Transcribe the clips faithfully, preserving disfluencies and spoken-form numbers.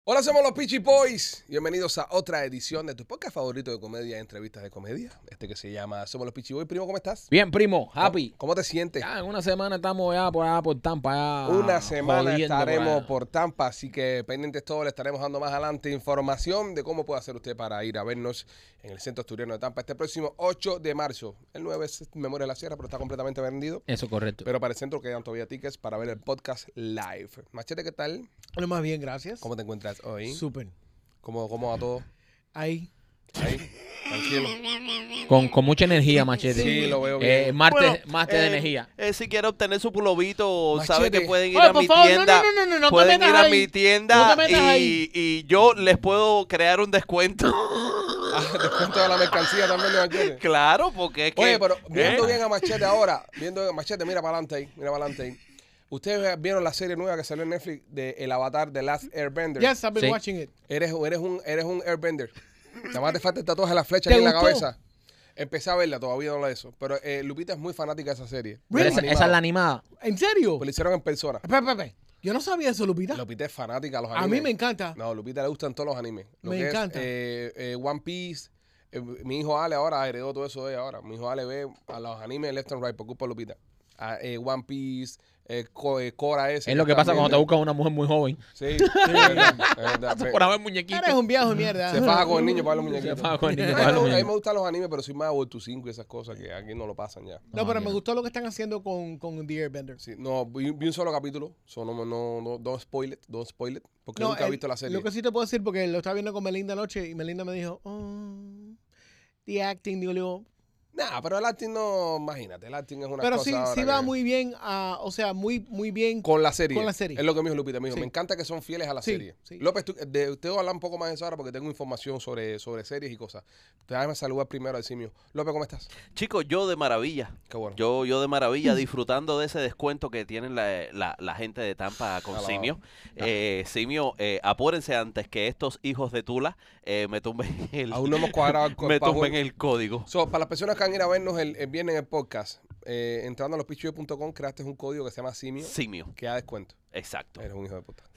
Hola, somos los Peachy Boys. Bienvenidos a otra edición de tu podcast favorito de comedia, entrevistas de comedia. Este que se llama Somos los Peachy Boys. Primo, ¿cómo estás? Bien, primo, happy. ¿Cómo, cómo te sientes? Ya en una semana estamos ya por allá por Tampa. Ya Una semana jodiendo estaremos por, por Tampa, así que pendientes todos, le estaremos dando más adelante información de cómo puede hacer usted para ir a vernos en el Centro Asturiano de Tampa este próximo ocho de marzo. El nueve es Memoria de la Sierra, pero está completamente vendido. Eso, correcto. Pero para el centro quedan todavía tickets para ver el podcast live. Machete, ¿qué tal? Lo más bien, gracias. ¿Cómo te encuentras hoy? Súper. ¿Cómo, ¿Cómo va todo? Ahí. Ahí, tranquilo. Con, con mucha energía, Machete. Sí, lo veo bien. Eh, martes, Bueno, martes eh, de energía. Eh, si quiere obtener su pulovito, Machete. sabe que pueden ir Oye, a por mi favor, no, tienda. no, no, no, no, te pueden metas ir a ahí. mi No tienda te metas y, ahí. y yo les puedo crear un descuento. Ah, descuento de la mercancía también de Machete. Claro, porque es que... Oye, pero viendo ¿eh? bien a Machete ahora, viendo Machete, mira para adelante ahí, mira para adelante ahí. Ustedes vieron la serie nueva que salió en Netflix de El Avatar The Last Airbender. Yes, I've been Sí. watching it. Eres, eres un eres un Airbender. Nada más te falta el tatuaje de la flecha ¿Te aquí en la gustó? cabeza. Empecé a verla, todavía no la he eso. Pero eh, Lupita es muy fanática de esa serie. Pero Really? esa, esa es la animada. ¿En serio? Pues la hicieron en persona. Espera, espera, espera. Yo no sabía eso, Lupita. Lupita es fanática de los A animes. mí me encanta. No, Lupita le gustan todos los animes. Lo Me que encanta. Es, eh, eh, One Piece. Eh, mi hijo Ale ahora heredó todo eso de ella ahora. Mi hijo Ale ve a los animes left and right por culpa de Lupita. A, eh, One Piece, eh, Co- eh, Cora ese. Es lo que pasa cuando te busca buscas una mujer muy joven. Sí, es verdad, es verdad. Ve- Por haber muñequitos. Eres un viejo de mierda. Se faja con el niño para los Se muñequitos. faja con el niño A para mí los me- a mí me muñequitos. gustan los animes, pero soy más World to cinco y esas cosas que aquí no lo pasan ya. No, pero me No, gustó lo que están haciendo con, con The Airbender. Sí, no, vi, vi un solo capítulo. So no, no, no, don't spoil it, don't spoil it. Porque No, nunca he el- visto la serie. Lo que sí te puedo decir, porque lo estaba viendo con Melinda anoche y Melinda me dijo, oh, the acting, digo, le digo, Nah, pero el acting no, imagínate, el acting es una pero cosa sí, ahora sí va que- muy bien, a, o sea, muy, muy bien. Con la serie. Con la serie. Es lo que me dijo Lupita. Me dijo, Sí. me encanta que son fieles a la Sí, serie. sí. López, tú, de, te voy a hablar un poco más de eso ahora porque tengo información sobre, sobre series y cosas. Déjame saludar primero al simio. López, ¿cómo estás? Chicos, yo de maravilla. Qué bueno. Yo, yo de maravilla, disfrutando de ese descuento que tienen la, la, la gente de Tampa con Alabado. Simio. Eh, Simio, eh, apúrense antes que estos hijos de Tula eh, me tumben el, Aún no hemos cuadrado el me password. tumben el código. So, para las personas que van a ir a vernos el, el viernes en el podcast, eh, entrando a los pichillos punto com, creaste un código que se llama simio Simio, que da descuento. exacto. Eres un hijo de puta.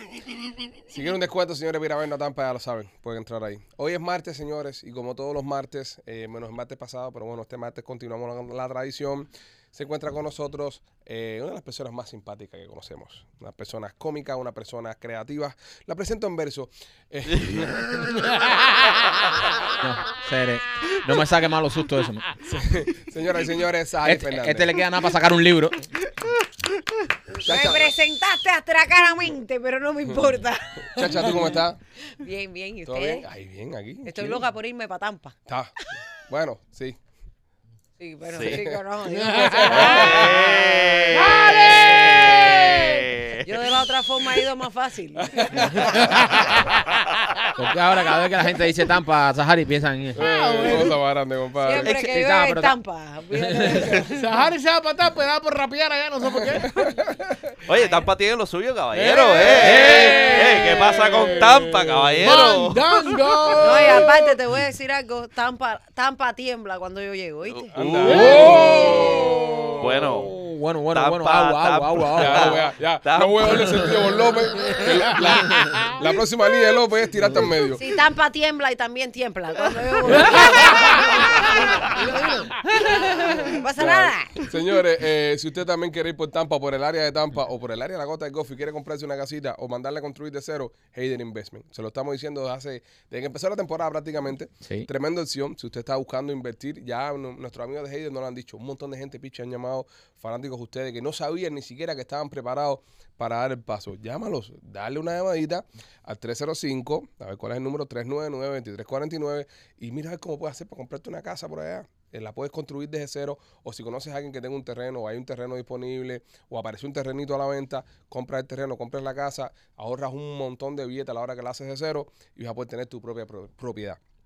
Si quieren un descuento, señores, para ir a vernos a Tampa, ya lo saben. Pueden entrar ahí. Hoy es martes, señores, y como todos los martes, eh, menos el martes pasado, pero bueno, este martes continuamos la, la tradición. Se encuentra con nosotros eh, una de las personas más simpáticas que conocemos. Una persona cómica, una persona creativa. La presento en verso. Eh, No, Cere, no me saque malos sustos eso. señoras y señores, Sahari Este, Fernández. este le queda nada para sacar un libro. Chacha, Me presentaste atracaramente, pero no me importa. Chacha, ¿tú cómo estás? Bien, bien. ¿Y ¿Todo ustedes? bien? Ay, bien, aquí. Estoy chill. loca por irme para Tampa. Está. Bueno, sí. Sí, bueno, Sí. sí, carajo, yo, ¡Dale! yo de la otra forma he ido más fácil. Porque ahora cada vez que la gente dice Tampa, Sahari, piensan en eso. Eh, cosa más grande, compadre. Siempre Ex- que yo estaba, en pero- Tampa. olvídate de eso. Sahari se va para atrás, pues da por rapear allá, no sé por qué. Oye, Tampa tiene lo suyo, caballero. ¡Eh! ¡Eh! ¡Eh! ¿Qué pasa con Tampa, caballero? ¡Mandango! No, y aparte te voy a decir algo. Tampa, Tampa tiembla cuando yo llego, ¿viste? Anda. Uh. Bueno. Bueno, bueno, Tampa, bueno. Agua, Tampa. agua, agua, Ya, agua. no, ya, ya. Tampa. No voy a darle sentido por López. que La, la- la próxima línea de López es tirarte al medio. Sí, Tampa tiembla y también tiembla. Cuando yo voy. No pasa nada. Señores, eh, si usted también quiere ir por Tampa, por el área de Tampa o por el área de la Costa del Golfo y quiere comprarse una casita o mandarle a construir de cero, Hayden Investment. Se lo estamos diciendo desde hace, desde que empezó la temporada prácticamente. Sí. Tremenda opción. Si usted está buscando invertir, ya nu- nuestros amigos de Hayden nos lo han dicho. Un montón de gente, picha, han llamado fanáticos de ustedes que no sabían ni siquiera que estaban preparados para dar el paso. Llámalos, dale una llamadita al tres cero cinco, a ver cuál es el número, tres nueve nueve, dos tres cuatro nueve y mira a ver cómo puedes hacer para comprarte una casa por allá. Eh, La puedes construir desde cero, o si conoces a alguien que tenga un terreno o hay un terreno disponible o apareció un terrenito a la venta, compra el terreno, compras la casa, ahorras un montón de billetes a la hora que la haces de cero y vas a poder tener tu propia pro- propiedad.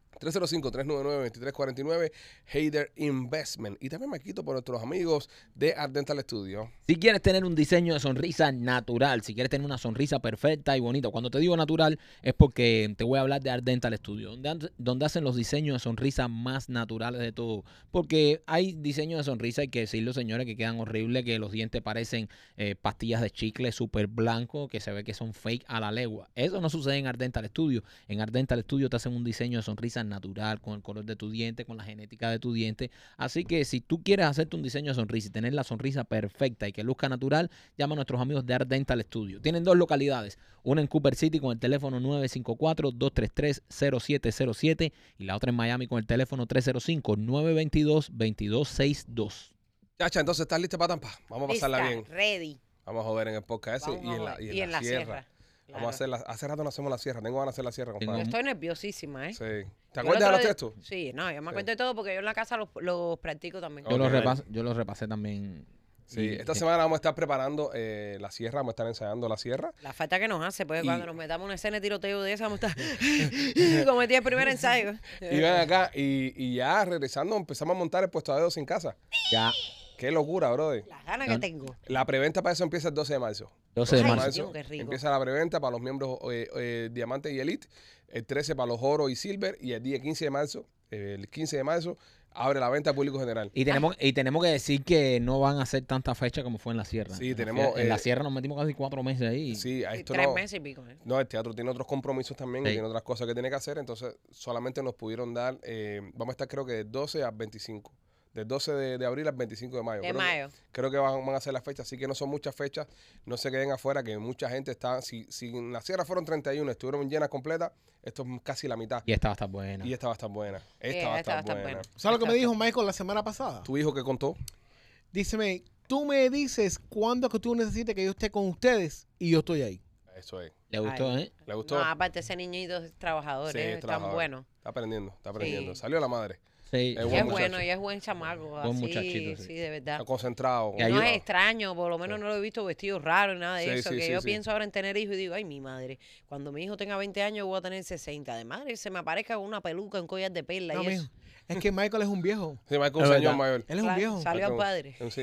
tres cero cinco, tres nueve nueve, dos tres cuatro nueve, Hader Investment. Y también me quito por nuestros amigos de Art Dental Studio. Si quieres tener un diseño de sonrisa natural, si quieres tener una sonrisa perfecta y bonita, cuando te digo natural es porque te voy a hablar de Art Dental Studio, donde, donde hacen los diseños de sonrisa más naturales de todo. Porque hay diseños de sonrisa, hay que decirlo, señores, que quedan horribles, que los dientes parecen eh, pastillas de chicle súper blancos, que se ve que son fake a la legua. Eso no sucede en Art Dental Studio. En Art Dental Studio te hacen un diseño de sonrisa natural, con el color de tu diente, con la genética de tu diente. Así que si tú quieres hacerte un diseño de sonrisa y tener la sonrisa perfecta y que luzca natural, llama a nuestros amigos de Art Dental Studio. Tienen dos localidades, una en Cooper City con el teléfono nueve cinco cuatro, dos tres tres, cero siete cero siete y la otra en Miami con el teléfono tres cero cinco, nueve dos dos, dos dos seis dos. Chacha, entonces, ¿estás lista para Tampa? Vamos a pasarla Lista, bien. ready. Vamos a joder en el podcast ese Vamos y en, a la, joder. y en Y en la la sierra. sierra. Vamos a hacer la, hace rato no hacemos la sierra. Tengo ganas de hacer la sierra, Tengo compadre. Yo estoy nerviosísima, ¿eh? Sí. ¿Te Yo acuerdas el de otro los día- textos? Sí, no, yo me Sí. acuerdo de todo porque yo en la casa los, los practico también. Yo, Ok. los repas- yo los repasé también. Sí, Y- esta sí. semana vamos a estar preparando eh, la sierra, vamos a estar ensayando la sierra. La falta que nos hace, pues Y- cuando nos metamos una escena de tiroteo de esa, vamos a estar como metí el primer ensayo. Y ven acá, y, y ya regresando empezamos a montar el puesto de dedos en casa. Ya, Qué locura, brother. Las ganas que tengo. La preventa para eso empieza el doce de marzo. doce de Ay, marzo. Dios, qué rico. Empieza la preventa para los miembros eh, eh, Diamante y Elite. El trece para los Oro y Silver. Y el día quince de marzo, eh, el quince de marzo, abre la venta al público general. Y tenemos, y tenemos que decir que no van a ser tantas fechas como fue en la sierra. Sí, En la tenemos, fier- En la eh, sierra nos metimos casi cuatro meses ahí. Sí, a Sí, esto tres no. meses y pico. ¿eh? No, el teatro tiene otros compromisos también, y Sí. tiene otras cosas que tiene que hacer, entonces solamente nos pudieron dar, eh, vamos a estar creo que del doce al veinticinco, del doce de, de abril al veinticinco de mayo. De creo mayo. Que, creo que van, van a ser las fechas, así que no son muchas fechas, no se queden afuera, que mucha gente está, si, si en la sierra fueron treinta y uno, estuvieron llenas completas, esto es casi la mitad. Y esta va a estar buena. Y esta va a estar buena, esta Sí, va a esta estar va a estar buena. buena. ¿Sabes lo que me dijo Michael la semana pasada? ¿Tu hijo que contó? Díceme, tú me dices cuándo que tú necesites que yo esté con ustedes y yo estoy ahí. Eso es. ¿Le gustó, Ay. eh? ¿Le gustó? No, aparte ese niñito es trabajador, Sí, ¿eh? es Es tan trabajador. bueno. Está aprendiendo, está aprendiendo. Sí. Salió la madre, Sí. Es Y buen es muchacho. bueno, y es buen chamaco. Buen Así, muchachito, sí. sí, de verdad. está concentrado. Que No ayuda. es extraño, por lo menos no lo he visto vestido raro ni nada de Sí, eso. sí, que sí, yo sí. pienso ahora en tener hijos y digo, ay, mi madre, cuando mi hijo tenga veinte años voy a tener sesenta. De madre, se me aparezca con una peluca, un collar de perla No, y mijo. eso. Es que Michael es un viejo. Sí, Michael, un Es señor verdad. mayor. Él es un Claro, viejo. Salió al Michael- padre. Sí,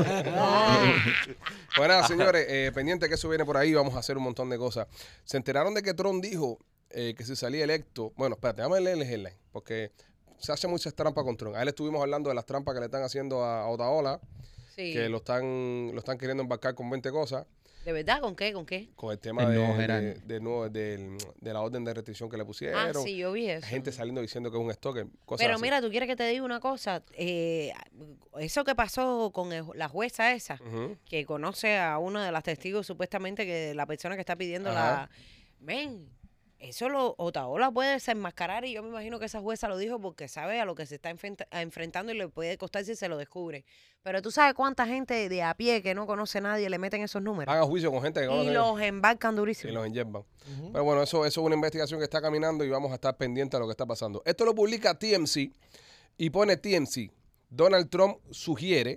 salió. Pues nada, señores, eh, pendiente que eso viene por ahí, vamos a hacer un montón de cosas. Se enteraron de que Trump dijo eh, que si salía electo, bueno, espérate, déjame leer el headline, porque se hace muchas trampas con Trump. A él estuvimos hablando de las trampas que le están haciendo a Otaola, Sí. que lo están, lo están queriendo embarcar con veinte cosas, ¿De verdad? ¿Con qué? ¿Con qué? con el tema El de, nuevo de, Gerard. de nuevo- del- de la orden de restricción que le pusieron. Ah, sí, yo vi eso. Gente saliendo diciendo que es un stalker, cosas Pero así. mira, tú quieres que te diga una cosa. Eh, eso que pasó con el- la jueza esa, Ujú. que conoce a uno de los testigos, supuestamente que la persona que está pidiendo Ajá. la... Men, eso lo Otaola puede desenmascarar y yo me imagino que esa jueza lo dijo porque sabe a lo que se está enfrenta- a enfrentando y le puede costar si se lo descubre. Pero tú sabes cuánta gente de a pie que no conoce a nadie le meten esos números. Van a juicio con gente que Y conoce los embarcan y durísimo. los inyectan. Pero bueno, eso, eso es una investigación que está caminando y vamos a estar pendientes de lo que está pasando. Esto lo publica T M C y pone T M C. Donald Trump sugiere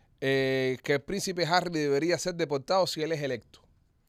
eh, que el príncipe Harry debería ser deportado si él es electo.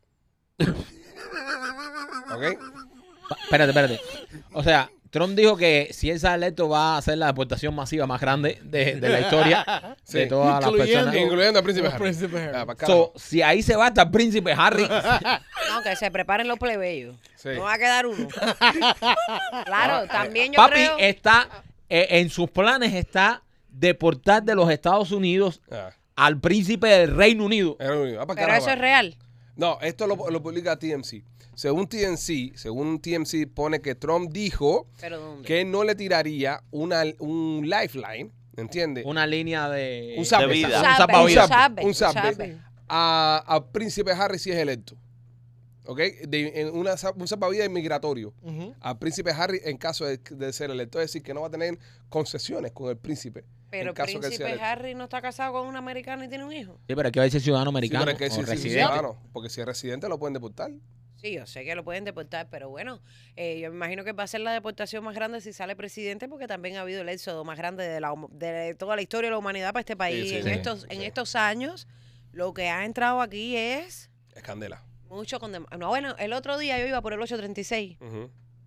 ¿Ok? Pa- Espérate, espérate. O sea, Trump dijo que si él sale electo va a hacer la deportación masiva más grande de, de la historia Sí. de todas las Incluyendo- personas. Incluyendo al príncipe El Harry. príncipe Harry. Ah, para So, carajo. si ahí se va hasta el príncipe Harry, No, que se preparen los plebeyos. Sí. No va a quedar uno. Claro, también yo papi creo... está, eh, en sus planes está deportar de los Estados Unidos Ah, al príncipe del Reino Unido. Reino Unido. Ah, para Pero carajo, eso es va. real. No, esto lo, lo publica T M C. Según T M C, según T M C pone que Trump dijo ¿Pero dónde? que no le tiraría una, un lifeline, ¿entiendes? Una línea de... Un zape, De vida. Un Sabe, salvavidas. un sabe, un un zape sabe. a, al príncipe Harry si es electo. ¿Ok? De, en una, za- un salvavidas inmigratorio Ujú. al príncipe Harry en caso de, de ser electo. Es decir, que no va a tener concesiones con el príncipe. Pero en el caso que él sea príncipe electo. Harry no está casado con una americana y tiene un hijo. Sí, pero hay que ver si es ciudadano Sí, americano pero es que o si- si es residente. ciudadano, porque si es residente lo pueden deportar. Sí, yo sé que lo pueden deportar, pero bueno, eh, yo me imagino que va a ser la deportación más grande si sale presidente, porque también ha habido el éxodo más grande de, la, hum- de toda la historia de la humanidad para este país. sí, en sí, estos sí. en estos años, lo que ha entrado aquí es Es candela. mucho con... dem- No, bueno, el otro día yo iba por el ocho treinta y seis Ujú.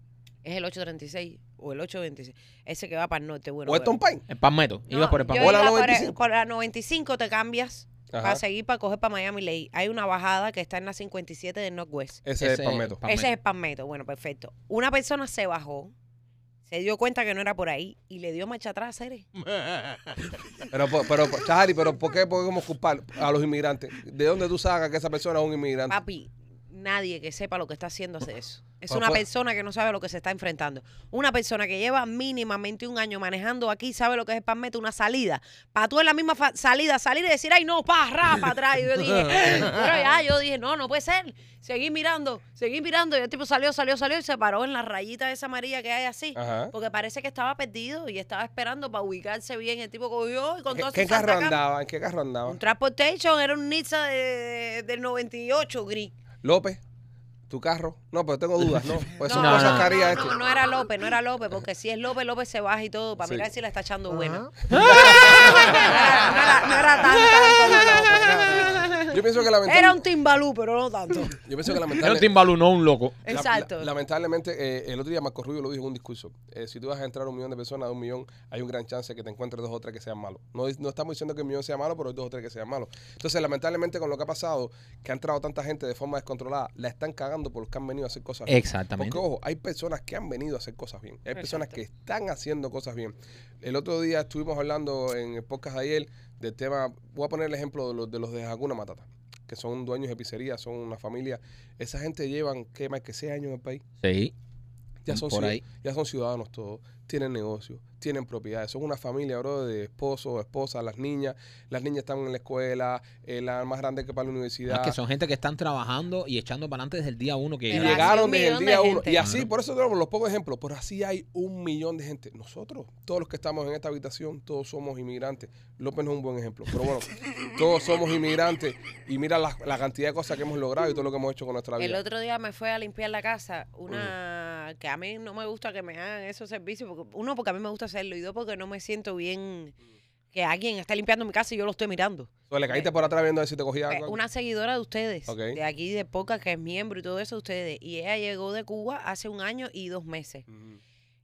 es el ocho treinta y seis o el ocho veintiséis. Ese que va para el norte. Bueno, Weston bueno. Pine. El Palmetto. No, Ibas por el yo Palmetto. Hola, iba por, noventa y el- cinco. por la noventa y cinco te cambias Ajá. para seguir para coger para Miami Lake. Hay una bajada que está en la cincuenta y siete del Northwest. Ese es el Ese- Palmetto. Palmetto. Ese es el Palmetto. Bueno, perfecto. Una persona se bajó, se dio cuenta que no era por ahí y le dio marcha atrás, Cere. Pero, po- pero, po- Chajari, pero ¿por qué podemos culpar a los inmigrantes? ¿De dónde tú sacas que esa persona es un inmigrante? Papi, nadie que sepa lo que está haciendo hace eso. Es Pues una fue- persona que no sabe lo que se está enfrentando. Una persona que lleva mínimamente un año manejando aquí sabe lo que es el Palmetto, una salida. Para tú en la misma fa- salida salir y decir, ay, no, pa, ra, para atrás. Y yo dije, pero ya, yo dije, no, no puede ser. Seguí mirando, seguí mirando. Y el tipo salió, salió, salió y se paró en la rayita esa amarilla que hay así. Ajá. Porque parece que estaba perdido y estaba esperando para ubicarse bien. El tipo cogió y con ¿Qué, todo qué su carro santacán- andaba? ¿En qué carro andaba? Un Transportation, era un Nissan de- de- del noventa y ocho gris. López, ¿tu carro? No, pero tengo dudas, ¿no? Pues son no, cosas no, que haría no, este. no, no era López, no era López, porque si es López, López se baja y todo para Sí. mirar si la está echando buena. Ajá. No era, no era tan, tan como López. Yo pienso que Era lamentablemente... un timbalú, pero no tanto. Yo pienso que Era un lamentablemente... timbalú, no un loco. La- Exacto. la- lamentablemente, eh, el otro día Marco Rubio lo dijo en un discurso. Eh, si tú vas a entrar a un millón de personas, de un millón, hay un gran chance que te encuentres dos o tres que sean malos. No, no estamos diciendo que el millón sea malo, pero hay dos o tres que sean malos. Entonces, lamentablemente, con lo que ha pasado, que ha entrado tanta gente de forma descontrolada, la están cagando por los que han venido a hacer cosas bien. Exactamente. Porque, ojo, hay personas que han venido a hacer cosas bien. Hay personas Exacto. que están haciendo cosas bien. El otro día estuvimos hablando en el podcast de ayer del tema, voy a poner el ejemplo de los de, los de Hakuna Matata, que son dueños de pizzería, son una familia. Esa gente llevan, ¿qué más que seis años en el país? Sí. Ya son, Por ciud- ahí. ya son ciudadanos todos, tienen negocios, tienen propiedades, son una familia, bro, de esposos, esposas, las niñas, las niñas están en la escuela, eh, la más grande que para la universidad. Es que son gente que están trabajando y echando para adelante desde el día uno que Y Pero llegaron. llegaron así un desde el millón día de uno. gente. Y así, Claro. por eso tenemos los pocos ejemplos, pero así hay un millón de gente. Nosotros, todos los que estamos en esta habitación, todos somos inmigrantes. López no es un buen ejemplo, pero bueno, todos somos inmigrantes y mira la, la cantidad de cosas que hemos logrado y todo lo que hemos hecho con nuestra El vida. otro día me fue a limpiar la casa una que a mí no me gusta que me hagan esos servicios. Porque, uno, porque a mí me gusta hacerlo y dos, porque no me siento bien que alguien esté limpiando mi casa y yo lo estoy mirando. So, le caíste por atrás viendo a ver si te cogía Eh, algo. Una seguidora de ustedes, Ok. de aquí de Poca, que es miembro y todo eso de ustedes. Y ella llegó de Cuba hace un año y dos meses. Ujú.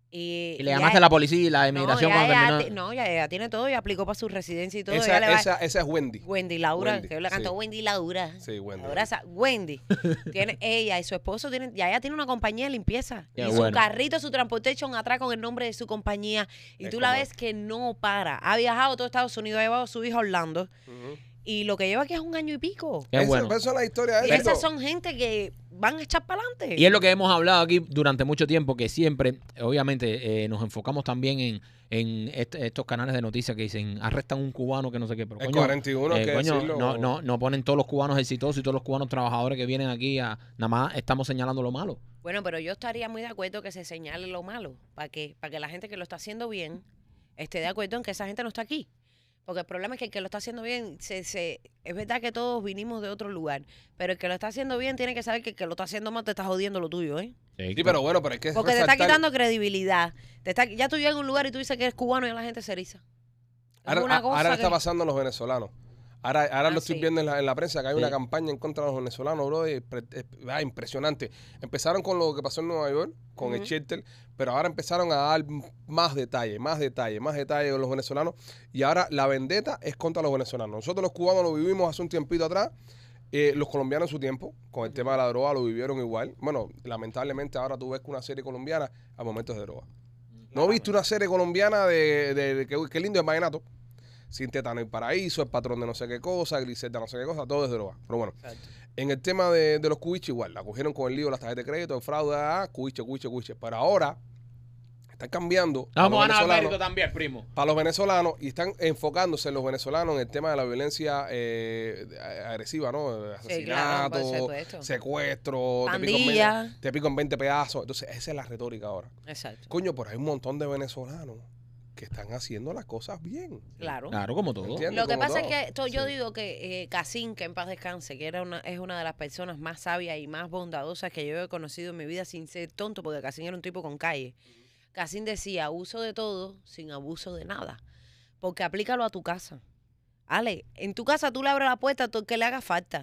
Y, Y le ya- llamaste a la policía y la no, inmigración ya cuando ella terminó. ti- no, ya, ella tiene todo y aplicó para su residencia y todo. Esa, ella le va- esa, esa es Wendy. Wendy Laura, Wendy, que yo le canto sí. Wendy Laura. Sí, Wendy. Laura Sa- Wendy. tiene ella y su esposo tienen, ya ella tiene una compañía de limpieza. Qué y su bueno. carrito, su transportation atrás con el nombre de su compañía. Y Es tú la como- ves que no para. Ha viajado a todo Estados Unidos, ha llevado a su hija a Orlando. Ujú. Y lo que lleva aquí es un año y pico. Qué Esa- bueno. Esa es la historia de Y esto. esas son gente que van a echar para adelante. Y es lo que hemos hablado aquí durante mucho tiempo, que siempre, obviamente, eh, nos enfocamos también en, en est- estos canales de noticias que dicen arrestan un cubano que no sé qué. Pero, El coño, cuarenta y uno, hay eh, que coño, decirlo. no, no, no ponen todos los cubanos exitosos y todos los cubanos trabajadores que vienen aquí a nada más estamos señalando lo malo. Bueno, pero yo estaría muy de acuerdo que se señale lo malo. ¿Para qué? Para que la gente que lo está haciendo bien esté de acuerdo en que esa gente no está aquí. Porque el problema es que el que lo está haciendo bien, se, se, es verdad que todos vinimos de otro lugar, pero el que lo está haciendo bien tiene que saber que el que lo está haciendo mal te está jodiendo lo tuyo, ¿eh? Sí, pero bueno, pero hay que Porque te está resaltar- quitando credibilidad. Te está, ya tú llegas a un lugar y tú dices que eres cubano y la gente se eriza. Es Ahora, una a- cosa ahora le que- está pasando a los venezolanos. Ahora, ahora Ah, lo estoy sí. viendo en la, en la prensa, que hay una Sí. campaña en contra de los venezolanos, bro. y pre- es- ah, impresionante. Empezaron con lo que pasó en Nueva York, con el Ujú. Shelter, pero ahora empezaron a dar más detalle, más detalle, más detalle con los venezolanos. Y ahora la vendetta es contra los venezolanos. Nosotros los cubanos lo vivimos hace un tiempito atrás. eh, los colombianos en su tiempo, con el tema de la droga, lo vivieron igual. Bueno, lamentablemente ahora tú ves que una serie colombiana a momentos de droga. ¿No viste una serie colombiana de, de, de- qué, qué lindo es Vallenato? Sin Tetano y Paraíso, el patrón de no sé qué cosa, Griselda no sé qué cosa, todo es droga. Pero bueno, Exacto. en el tema de, de los cubiches igual, la cogieron con el lío de las tarjetas de crédito, el fraude, ah, cubiche, cubiche, cubiche. Pero ahora están cambiando para Vamos a los, ganar mérito venezolanos, también, primo. para los venezolanos y están enfocándose en los venezolanos en el tema de la violencia eh, agresiva, ¿no? Sí, claro, Asesinato, por supuesto. secuestro, te pico, en Pandilla. veinte, te pico en veinte pedazos. Entonces, esa es la retórica ahora. Exacto. Coño, pero hay un montón de venezolanos que están haciendo las cosas bien. Claro. Claro, como todo. ¿Entiendes? Lo que Como pasa todo. es que to- yo Sí. digo que eh, Casín, que en paz descanse, que era una, es una de las personas más sabias y más bondadosas que yo he conocido en mi vida sin ser tonto, porque Casín era un tipo con calle. Casín decía, uso de todo sin abuso de nada, porque aplícalo a tu casa. Ale, en tu casa tú le abres la puerta a todo el que le haga falta,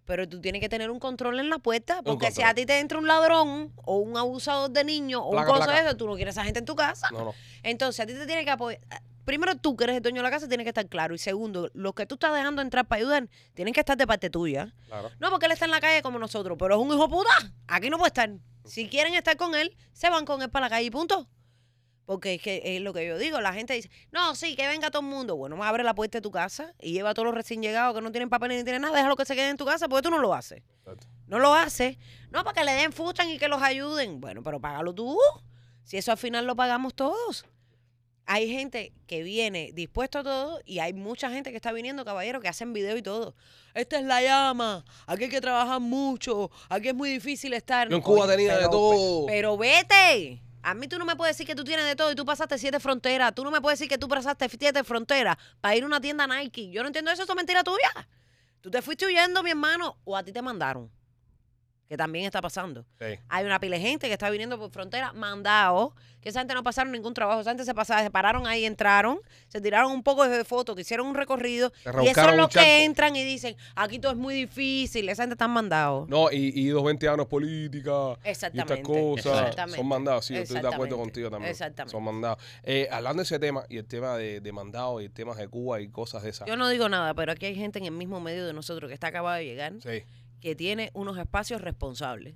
pero tú tienes que tener un control en la puerta, porque si control. a ti te entra un ladrón o un abusador de niños o Placa, un cosa placa. de eso, tú no quieres a esa gente en tu casa. No, no. Entonces, a ti te tiene que apoyar. Primero, tú que eres el dueño de la casa, tienes que estar claro. Y segundo, los que tú estás dejando entrar para ayudar, tienen que estar de parte tuya. Claro. No porque él está en la calle como nosotros, pero es un hijo puta. Aquí no puede estar. Si quieren estar con él, se van con él para la calle y punto. Porque es que es lo que yo digo. La gente dice, no, sí, que venga todo el mundo. Bueno, abre la puerta de tu casa y lleva a todos los recién llegados que no tienen papeles ni tienen nada. Déjalo que se queden en tu casa porque tú no lo haces. Exacto. No lo haces. No, para que le den fuchan y que los ayuden. Bueno, pero págalo tú. Si eso al final lo pagamos todos. Hay gente que viene dispuesto a todo y hay mucha gente que está viniendo, caballero, que hacen video y todo. Esta es la llama. Aquí hay que trabajar mucho. Aquí es muy difícil estar. Yo en Cuba Oye, tenía de pero- todo. Pero vete. A mí tú no me puedes decir que tú tienes de todo y tú pasaste siete fronteras. Tú no me puedes decir que tú pasaste siete fronteras para ir a una tienda Nike. Yo no entiendo eso, eso es mentira tuya. Tú te fuiste huyendo, mi hermano, o a ti te mandaron. Que también está pasando. Sí. Hay una pila de gente que está viniendo por frontera, mandado, que esa gente no pasaron ningún trabajo. Esa gente se pasaron, se pararon ahí, entraron, se tiraron un poco de fotos, que hicieron un recorrido. Se Y eso rebuscaron es un lo charco. que entran y dicen, aquí todo es muy difícil. Esa gente está mandado. No, y, y dos veinte años política y estas Exactamente. cosas Exactamente. son mandados. Sí, yo estoy de acuerdo Exactamente. contigo también. Exactamente. Son mandados. Eh, hablando de ese tema y el tema de, de mandados y el tema de Cuba y cosas de esas. Yo no digo nada, pero aquí hay gente en el mismo medio de nosotros que está acabado de llegar, Sí. que tiene unos espacios responsables.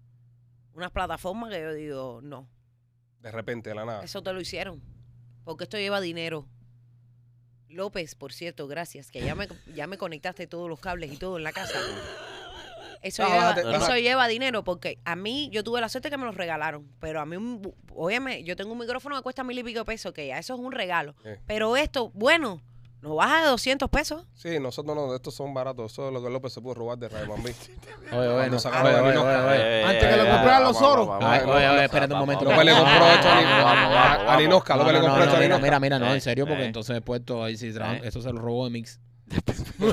Unas plataformas que yo digo, no, De repente, de la nada. eso te lo hicieron. Porque esto lleva dinero. López, por cierto, gracias, que ya me, ya me conectaste todos los cables y todo en la casa. Eso, Ah, lleva, bájate, eso baja. lleva dinero porque a mí, yo tuve la suerte que me los regalaron, pero a mí, un- óyeme, yo tengo un micrófono que cuesta mil y pico de pesos, que ya eso es un regalo. Sí. Pero esto, bueno, nos baja de doscientos pesos. Sí, nosotros no, estos son baratos. Eso es lo que López se pudo robar de Raymond B. Oye, oye, Cuando no, sacaba oye, la oye, Ninoca. oye, oye. Antes que Eh, lo eh, compraran los vamos, oros. vamos, Ay, vamos, oye, vamos, oye, espérate un vamos, momento. López le vamos, compró esto a vamos, Ninoca. vamos, vamos, A Ninosca, No, López le no, compró no, esto a mira, Ninosca. mira, mira, no, en Eh, serio, porque eh. entonces después todo ahí sí, trabajan- Eh. eso se lo robó de Mix. Eh,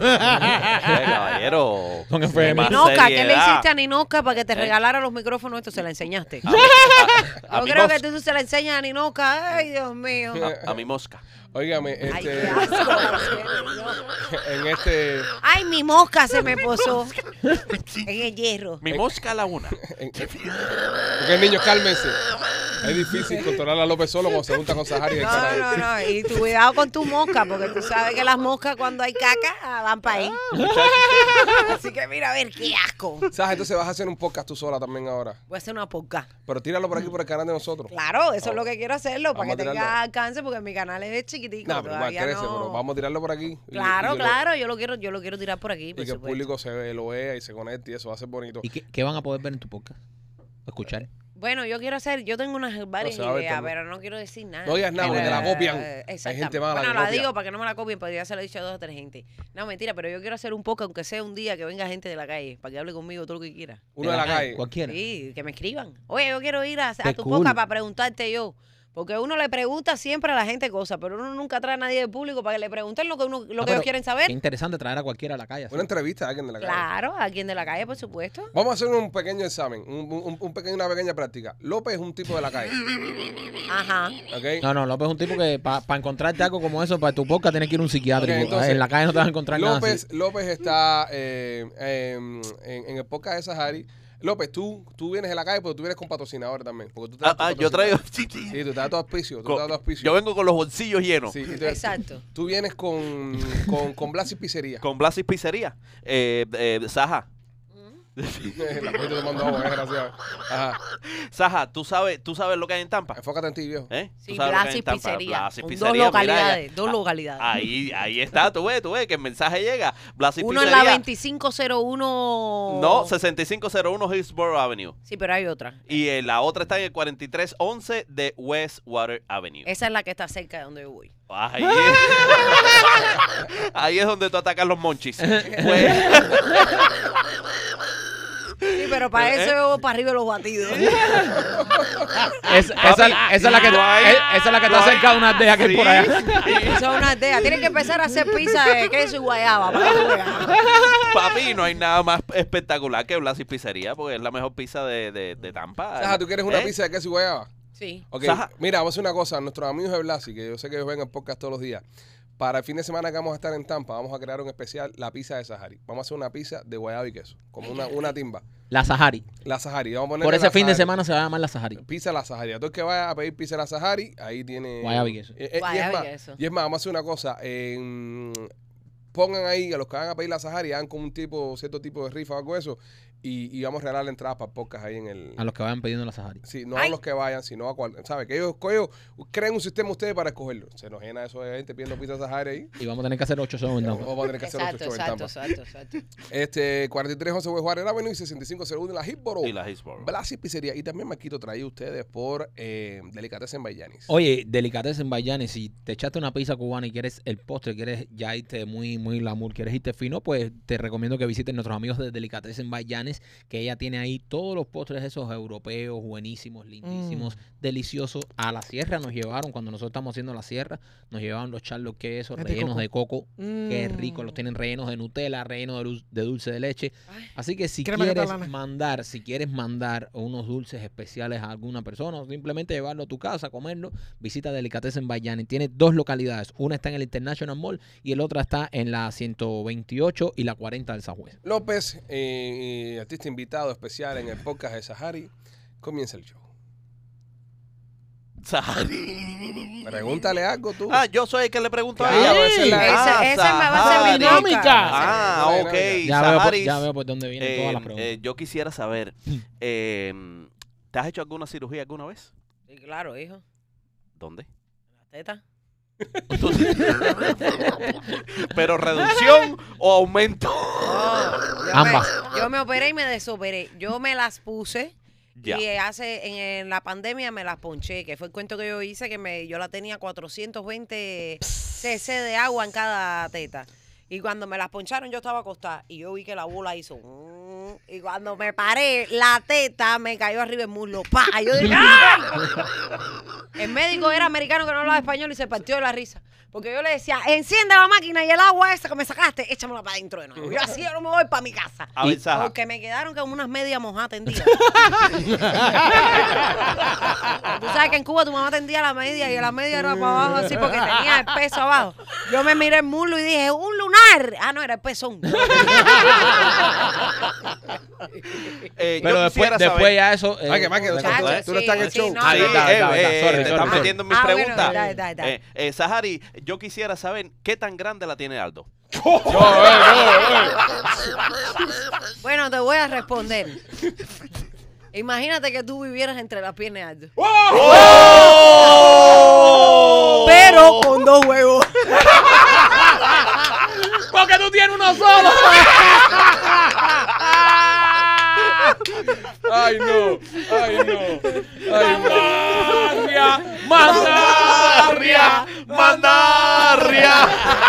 caballero. Con F M. Más Ninoca, ¿qué le seriedad. hiciste a Ninoca para que te Eh. regalara los micrófonos estos? Se la enseñaste. A mi- a- a Yo mi creo que mosca. tú se la enseñas a Ninoca. Ay, Dios mío. A, a mi mosca. Óigame, Ay, este, qué asco. Marcelo. en este, Ay, mi mosca se me posó en el hierro. Mi mosca a la una. en- porque niños, cálmense. Es difícil controlar a López solo cuando se junta con Sahari. No, no, no. Y tu cuidado con tu mosca, porque tú sabes que las moscas cuando hay caca ah, van para ahí. Así que mira, a ver, qué asco. ¿Sabes? Entonces vas a hacer un podcast tú sola también ahora. Voy a hacer una podcast. Pero tíralo por aquí por el canal de nosotros. Claro, eso es lo que quiero hacerlo, para Vamos que a tirarlo. tenga alcance, porque mi canal es chiquitico. No, pero igual todavía crece, no. pero vamos a tirarlo por aquí. Y- Claro, y que lo- claro, yo lo quiero, yo lo quiero tirar por aquí, Y por que el supuesto. público se ve, lo vea y se conecte y eso va a ser bonito. ¿Y qué, qué van a poder ver en tu podcast? ¿O escuchar? Bueno, yo quiero hacer, yo tengo unas varias se va a ver ideas, también. pero no quiero decir nada. No digas nada, porque te la copian. Eh, Hay exactamente. gente mala Bueno, que la copia. digo para que no me la copien, porque ya se lo he dicho a dos o tres gente. No, mentira, pero yo quiero hacer un poco, aunque sea un día que venga gente de la calle, para que hable conmigo todo lo que quiera. Uno de la calle. Cualquiera. Sí, que me escriban. Oye, yo quiero ir a, a Qué tu cool. podcast para preguntarte yo. Porque uno le pregunta siempre a la gente cosas, pero uno nunca trae a nadie del público para que le pregunten lo que uno, lo Ah, que pero ellos quieren saber. Qué interesante traer a cualquiera a la calle. así. Una entrevista a alguien de la calle. Claro, a quien de la calle, por supuesto. Vamos a hacer un pequeño examen, un, un- un pequeño, una pequeña práctica. López es un tipo de la calle, Ajá. ¿ok? No, no, López es un tipo que para encontrarte algo como eso, para tu podcast, tienes que ir a un psiquiátrico. Ok, entonces, en la calle no te vas a encontrar nada López, así. López está eh, eh, en, en el podcast de Sahari. López, tú, tú vienes de la calle, pero tú vienes con patrocinadores también. Porque tú traes Ah, tu ah, yo traigo. patrocinador. Sí, tú te das tu auspicio. Tú con- te das tu auspicio. yo vengo con los bolsillos llenos. Sí, y tú, Exacto. tú vienes con, con, con Blas y Pizzería. Con Blas y Pizzería. Eh, eh, Saja. La gente te mandó agua, desgraciado. Ajá. Saja, ¿tú sabes, ¿tú sabes lo que hay en Tampa? Enfócate en ti, viejo. ¿Eh? ¿Tú Sí, sabes lo que Blas hay y en Tampa? Pizzería. Blas y Con Pizzería, dos mira, localidades, ya- dos ah, localidades. Ahí, ahí está, tú ves, tú ves que el mensaje llega. Blas y Uno en Pizzería. la veinticinco cero uno. No, sesenta y cinco cero uno Hillsborough Avenue. Sí, pero hay otra. Y eh, la otra está en el cuarenta y tres once de Westwater Avenue. Esa es la que está cerca de donde yo voy. Ahí es, ahí es donde tú atacas los monchis. Pues, Sí, pero para ¿Eh? eso yo voy para arriba de los batidos. Es- esa, esa es la que, no hay- es- esa es la que está no hay- cerca de una aldea que hay por allá. Eso es una idea. Tienes que empezar a hacer pizza de queso y guayaba. Para que tú veas. papi, no hay nada más espectacular que Blas y Pizzería porque es la mejor pizza de, de, de Tampa. Saja, ¿tú quieres una ¿Eh? pizza de queso y guayaba? Sí. Ok, Saja. mira, vamos a hacer una cosa. Nuestros amigos de Blasi, que yo sé que ellos ven el podcast todos los días. Para el fin de semana que vamos a estar en Tampa, vamos a crear un especial, la pizza de Sahari. Vamos a hacer una pizza de guayaba y queso, como una, una timba. La Sahari. La Sahari. Vamos a ponerle Por ese la fin de Sahari. semana se va a llamar la Sahari. Pizza la Sahari. A todo el que vaya a pedir pizza la Sahari, ahí tiene... Guayaba y queso. Eh, eh, y, Guayaba es y más, queso. y es más, vamos a hacer una cosa. en- pongan ahí a los que van a pedir la Sahari, hagan como un tipo, cierto tipo de rifa o algo de eso, y, y vamos a regalar entradas para podcast ahí en el... A los que vayan pidiendo la Sahari. Sí, no Ay. a los que vayan, sino a cual... ¿Sabe? Que ellos, que ellos creen un sistema ustedes para escogerlo. Se nos llena eso de gente pidiendo pizza Sahari ahí. Y vamos a tener que hacer ocho shows en Tampa. Vamos a tener que hacer Exacto, otro show en exacto, Tampa. exacto, exacto. Este, cuarenta y tres once West Warren Avenue y sesenta y cinco cero uno en la Hillsborough. Y la Hillsborough. Blasi Pizzería. Y también Marquito traído ustedes por eh, Delicatessen by Yanis. Oye, Delicatessen by Yanis, si te echaste una pizza cubana y quieres el postre, quieres ya irte muy, muy glamour, quieres irte fino, pues te recomiendo que visites nuestros amigos de Delicatessen by Yanis, que ella tiene ahí todos los postres esos europeos, buenísimos, lindísimos, deliciosos. A la sierra nos llevaron, cuando nosotros estamos haciendo la sierra, nos llevaban los charlos quesos De rellenos coco. de coco. Qué Mm. rico, los tienen rellenos de Nutella, rellenos de, dul- de dulce de leche. Ay. Así que si Crema quieres catalana. mandar, si quieres mandar unos dulces especiales a alguna persona o simplemente llevarlo a tu casa, comerlo, visita Delicatessen by Yanis. Tiene dos localidades. Una está en el International Mall y el otra está en la ciento veintiocho y la cuarenta del Sajüez. López, eh, artista invitado especial en el podcast de Sahari. Comienza el show. Sahari. Pregúntale algo tú. Ah, yo soy el que le pregunto a Claro, ella. esa es la- Ese, ese me va a ser mi Sahari. dinámica. Ah, Esa es la ok. dinámica. Ya veo, por, Sahari. ya veo por dónde vienen Eh, todas las preguntas. eh, yo quisiera saber, eh, ¿te has hecho alguna cirugía alguna vez? Sí, claro, hijo. ¿Dónde? La teta. ¿Pero reducción o aumento? Oh, yo Ambas. Me, yo me operé y me desoperé. Yo me las puse Ya. y hace en, en la pandemia me las ponché, que fue el cuento que yo hice, que me yo la tenía cuatrocientos veinte cc de agua en cada teta. Y cuando me las poncharon yo estaba acostada y yo vi que la bola hizo... mm, y cuando me paré, la teta me cayó arriba el muslo. ¡Pa! Yo dije, ¡ay! El médico era americano que no hablaba español y se partió de la risa. Porque yo le decía, enciende la máquina y el agua esa que me sacaste, échamela para adentro de nuevo. Yo así yo no me voy para mi casa. A ver, Saja. Porque me quedaron como unas medias mojadas tendidas. Tú sabes que en Cuba tu mamá tendía la media y la media era para abajo así porque tenía el peso abajo. Yo me miré el muslo y dije, ¡un lunar! Ah, no, era el pezón. Eh, yo Pero después, quisiera después saber- ya eso... eh, Ah, que más que Chacho, tú, tú no estás en el sí, show. sí, no, Ahí, no, eh, no. Dale, dale, eh, dale, sorry, te sorry, están sorry. metiendo en mis Ah, bueno, preguntas. dale, dale, dale. Eh, eh, Sahari, yo quisiera saber qué tan grande la tiene Aldo. Bueno, te voy a responder. Imagínate que tú vivieras entre las piernas de Aldo. ¡Oh! Pero con dos huevos. Porque tú tienes uno solo. Ay, no. Ay, no. Ay, no. ¡Mandarria! ¡Mandarria! ¡Mandarria!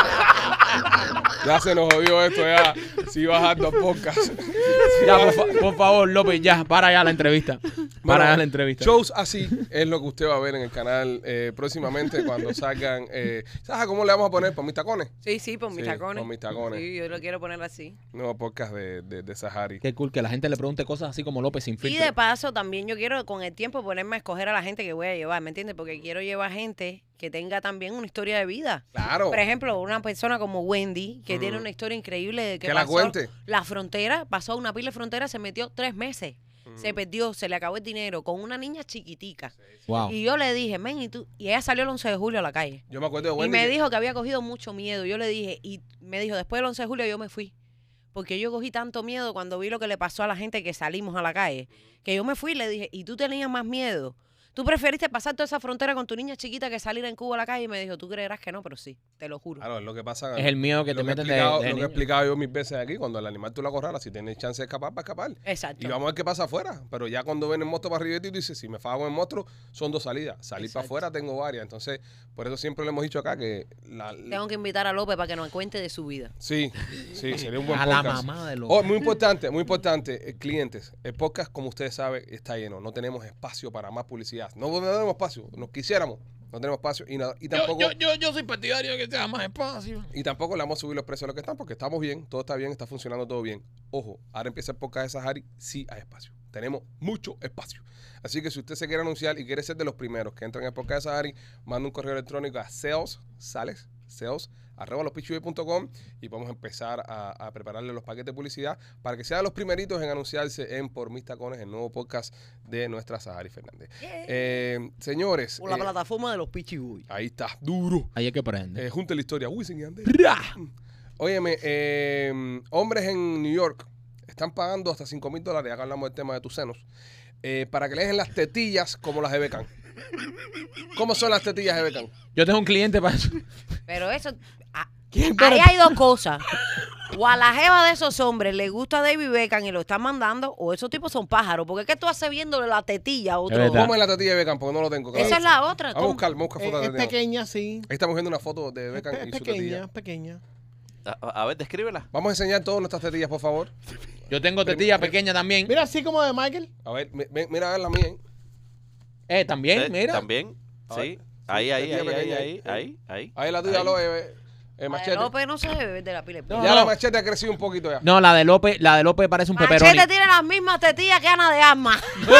Ya se nos jodió esto ya. Si bajando a podcast. Ya, por, fa- por favor, López, ya, para ya la entrevista. Para Bueno, ya la entrevista. Shows así es lo que usted va a ver en el canal eh, próximamente cuando salgan. Eh, ¿Sabes cómo le vamos a poner? ¿Por mis tacones? Sí, sí, por mis Sí, tacones. por mis tacones. Sí, yo lo quiero poner así. Nuevo podcast de, de, de Sahari. Qué cool que la gente le pregunte cosas así como López sin Y filtro. de paso, también yo quiero con el tiempo ponerme a escoger a la gente que voy a llevar, ¿me entiendes? Porque quiero llevar gente que tenga también una historia de vida. Claro. Por ejemplo, una persona como Wendy, que Mm. tiene una historia increíble de que, Que la pasó cuente. la frontera, pasó una pila de frontera, se metió tres meses. Se perdió, se le acabó el dinero con una niña chiquitica. Wow. Y yo le dije, men, y tú, y ella salió el once de julio a la calle. Yo me acuerdo de Y Wendy. me que- dijo que había cogido mucho miedo. Yo le dije, y me dijo, después del once de julio yo me fui. Porque yo cogí tanto miedo cuando vi lo que le pasó a la gente que salimos a la calle, que yo me fui y le dije, ¿y tú tenías más miedo? ¿Tú preferiste pasar toda esa frontera con tu niña chiquita que salir en Cuba a la calle? Y me dijo, tú creerás que no, pero sí, te lo juro. Claro, es lo que pasa. Es el miedo que lo te he meten de, explicado- de Lo que he niño. explicado yo mil veces aquí. Cuando el animal tú lo acorralas, si tienes chance de escapar, va a escapar. Exacto. Y vamos a ver qué pasa afuera. Pero ya cuando ven el monstruo para arriba y tú dices, si me fago con el monstruo, son dos salidas. Salir para Exacto. afuera tengo varias. Entonces, por eso siempre le hemos dicho acá que la, Tengo que invitar a López para que nos cuente de su vida. sí, sí, sería un buen A la podcast. mamá de Oh, López. muy importante, muy importante, eh, clientes. El podcast, como ustedes saben, está lleno. No tenemos espacio para más publicidad. No, no tenemos espacio. Nos quisiéramos. No tenemos espacio y, nada, y tampoco Yo, yo, yo, yo soy partidario de que sea más espacio. y tampoco le vamos a subir los precios a lo que están porque estamos bien, todo está bien, está funcionando todo bien. Ojo, ahora empieza el podcast de Sahari, sí hay espacio. Tenemos mucho espacio. Así que si usted se quiere anunciar y quiere ser de los primeros que entran en el podcast de Sahari, manda un correo electrónico a sales, sales, sales arroba los pichiboy punto com y podemos empezar a, a prepararle los paquetes de publicidad para que sean los primeritos en anunciarse en Por Mis Tacones, el nuevo podcast de nuestra Sahari Fernández. Yeah. Eh, señores, Por la eh, plataforma de los Pichi Boys. ahí está, duro. Ahí hay que aprender. Eh, junte la historia. Wisin y Yandel. Óyeme, eh, hombres en New York están pagando hasta cinco mil dólares, acá hablamos del tema de tus senos, eh, para que le dejen las tetillas como las de Beckham. ¿Cómo son las tetillas de Beckham? Yo tengo un cliente para eso. Pero eso, a- ¿Quién? ahí hay dos cosas. O a la jeva de esos hombres le gusta David Beckham y lo están mandando, o esos tipos son pájaros. Porque es que tú haces viéndole la tetilla a otro. Es verdad. ¿Cómo es la tetilla de Beckham? Porque no lo tengo. claro. Esa es la otra. Vamos a ¿cómo? buscar, vamos a buscar Es, fotos es de tetilla. pequeña, sí. Ahí estamos viendo una foto de Es, Beckham pe- y su pequeña, tetilla. pequeña. A, a ver, descríbela. Vamos a enseñar todas nuestras tetillas, por favor. Yo tengo tetilla pequeña también. Mira, así como de Michael. A ver, mi- mi- mira a ver la mía. ¿eh? Eh, también, Eh, mira. También. A Sí. ver. Ahí, ahí, tetilla ahí, ahí, pequeña ahí, ahí. ahí, ahí. Ahí la tuya, Ahí. lo, eh, eh, La de Machete. López no se debe beber de la pila. de pila. No, Ya no. la machete ha crecido un poquito ya. No, la de López, la de López parece un Machete pepperoni. tiene las mismas tetillas que Ana de Armas.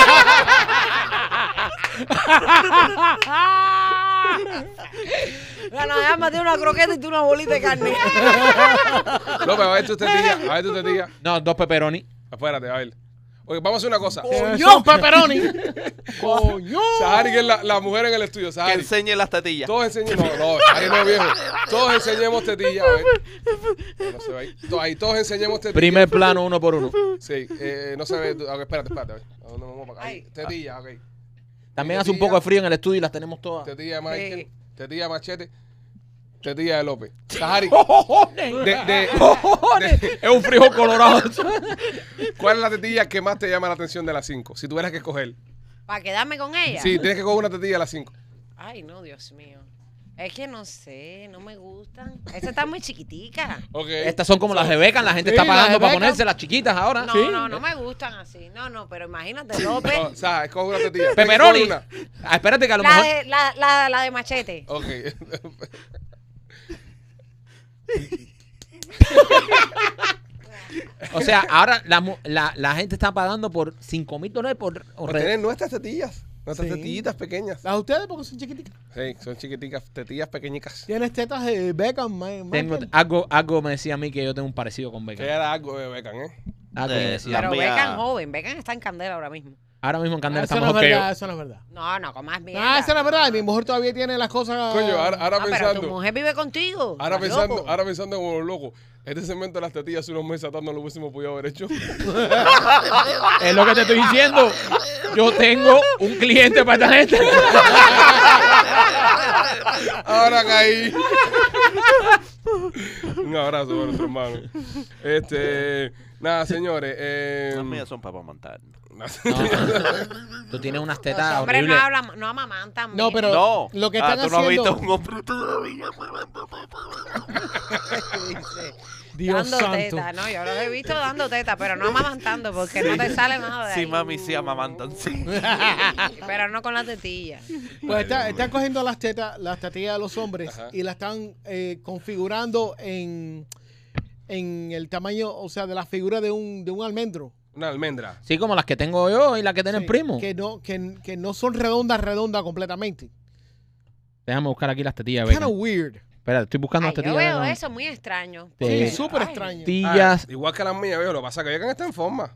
Ana de Armas tiene una croqueta y tú una bolita de carne. López, a ver tus tetillas. A ver tus tetillas. No, dos pepperoni. Espérate, a ver. Oye, vamos a hacer una cosa. ¡Coño, pepperoni! ¡Coño! Sahari, que es la, la mujer en el estudio. Que Sahari. enseñe las tetillas. Todos enseñemos. No, no, Sahari no, viejo. Todos enseñemos tetillas. A ver. No, no se ve ahí. To- Ahí todos enseñemos tetillas. Primer plano, uno por uno. Sí, eh, no se ve. Ok, espérate, espérate. A ver. No, no, vamos para acá. Ahí. Ay. Tetilla, ok. También hace un Tetilla. poco de frío en el estudio y las tenemos todas. Tetilla de Michael. Sí. Tetilla de Machete. Tetilla de López. Sahari. ¡Cojones! De, de, ¡Cojones! Es un frijol colorado. ¿Cuál es la tetilla que más te llama la atención de las cinco? Si tuvieras que escoger. Para quedarme con ella. Sí, tienes que coger una tetilla de las cinco. Ay, no, Dios mío. Es que no sé, no me gustan. Esa está muy chiquitica. Ok. Estas son como las de Beckham. La gente Sí, está las pagando de para Beckham. ponerse las chiquitas ahora. No, Sí. no, no me gustan así. No, no, pero imagínate, López. No, o sea, escoge una tetilla. Pepperoni. Escoge una. Ah, espérate que a lo La mejor. de, la, la, la de Machete. Ok. O sea, ahora la, mu- la, la gente está pagando por cinco mil dólares por. Por re- tener nuestras tetillas. Nuestras Sí. tetillitas pequeñas. ¿Las de ustedes porque son chiquititas? Sí, son chiquiticas, tetillas pequeñicas. Tienes tetas de Beckham, Ma- Tengo, Michael. algo, algo me decía a mí que yo tengo un parecido con Que Beckham. era algo de Beckham, ¿eh? Algo Eh, me decía. Pero La mía- Beckham joven, Beckham está en candela ahora mismo. Ahora mismo en Candela Ah, está eso no es mejor que verdad, yo. eso no es verdad. No, no, con más mierda. Ah, eso no es verdad. Mi mujer todavía tiene las cosas. Coño, ahora, ahora Ah, pero tu pensando. mujer vive contigo. Ahora ¿Estás pensando, loco? ahora pensando como los locos. Este segmento de las tetillas hace unos meses atrás no lo hubiésemos podido haber hecho. Es lo que te estoy diciendo. Yo tengo un cliente para esta gente. Ahora caí. Un abrazo para nuestro hermano. Este, nada, señores. Eh, Las mías son para montar. No, tú tienes unas Los tetas hombres no horribles. hablan, no amamantan. No, pero No. lo que Ah, están tú no has haciendo. visto un hombre todavía. Dios dando santo. teta, no, yo los he visto dando teta, pero no amamantando porque no te sale nada de ahí. Sí, mami, sí amamantan, sí. Pero no con la tetilla. Pues está- están cogiendo las tetas, las tetillas de los hombres Ajá. y la están eh, configurando en, en el tamaño, o sea, de la figura de un, de un almendro. Una almendra. Sí, como las que tengo yo y las que tiene el Sí, primo. Que no, que, que no son redondas, redondas completamente. Déjame buscar aquí las tetillas de Kind of Beckham. weird. Espera, estoy buscando Ay, las yo tetillas de veo Beckham. eso muy extraño. Sí. Sí, Eh, súper ay. extraño. Tetillas. Ah, igual que las mías, veo. Lo que pasa es que Beckham está en forma.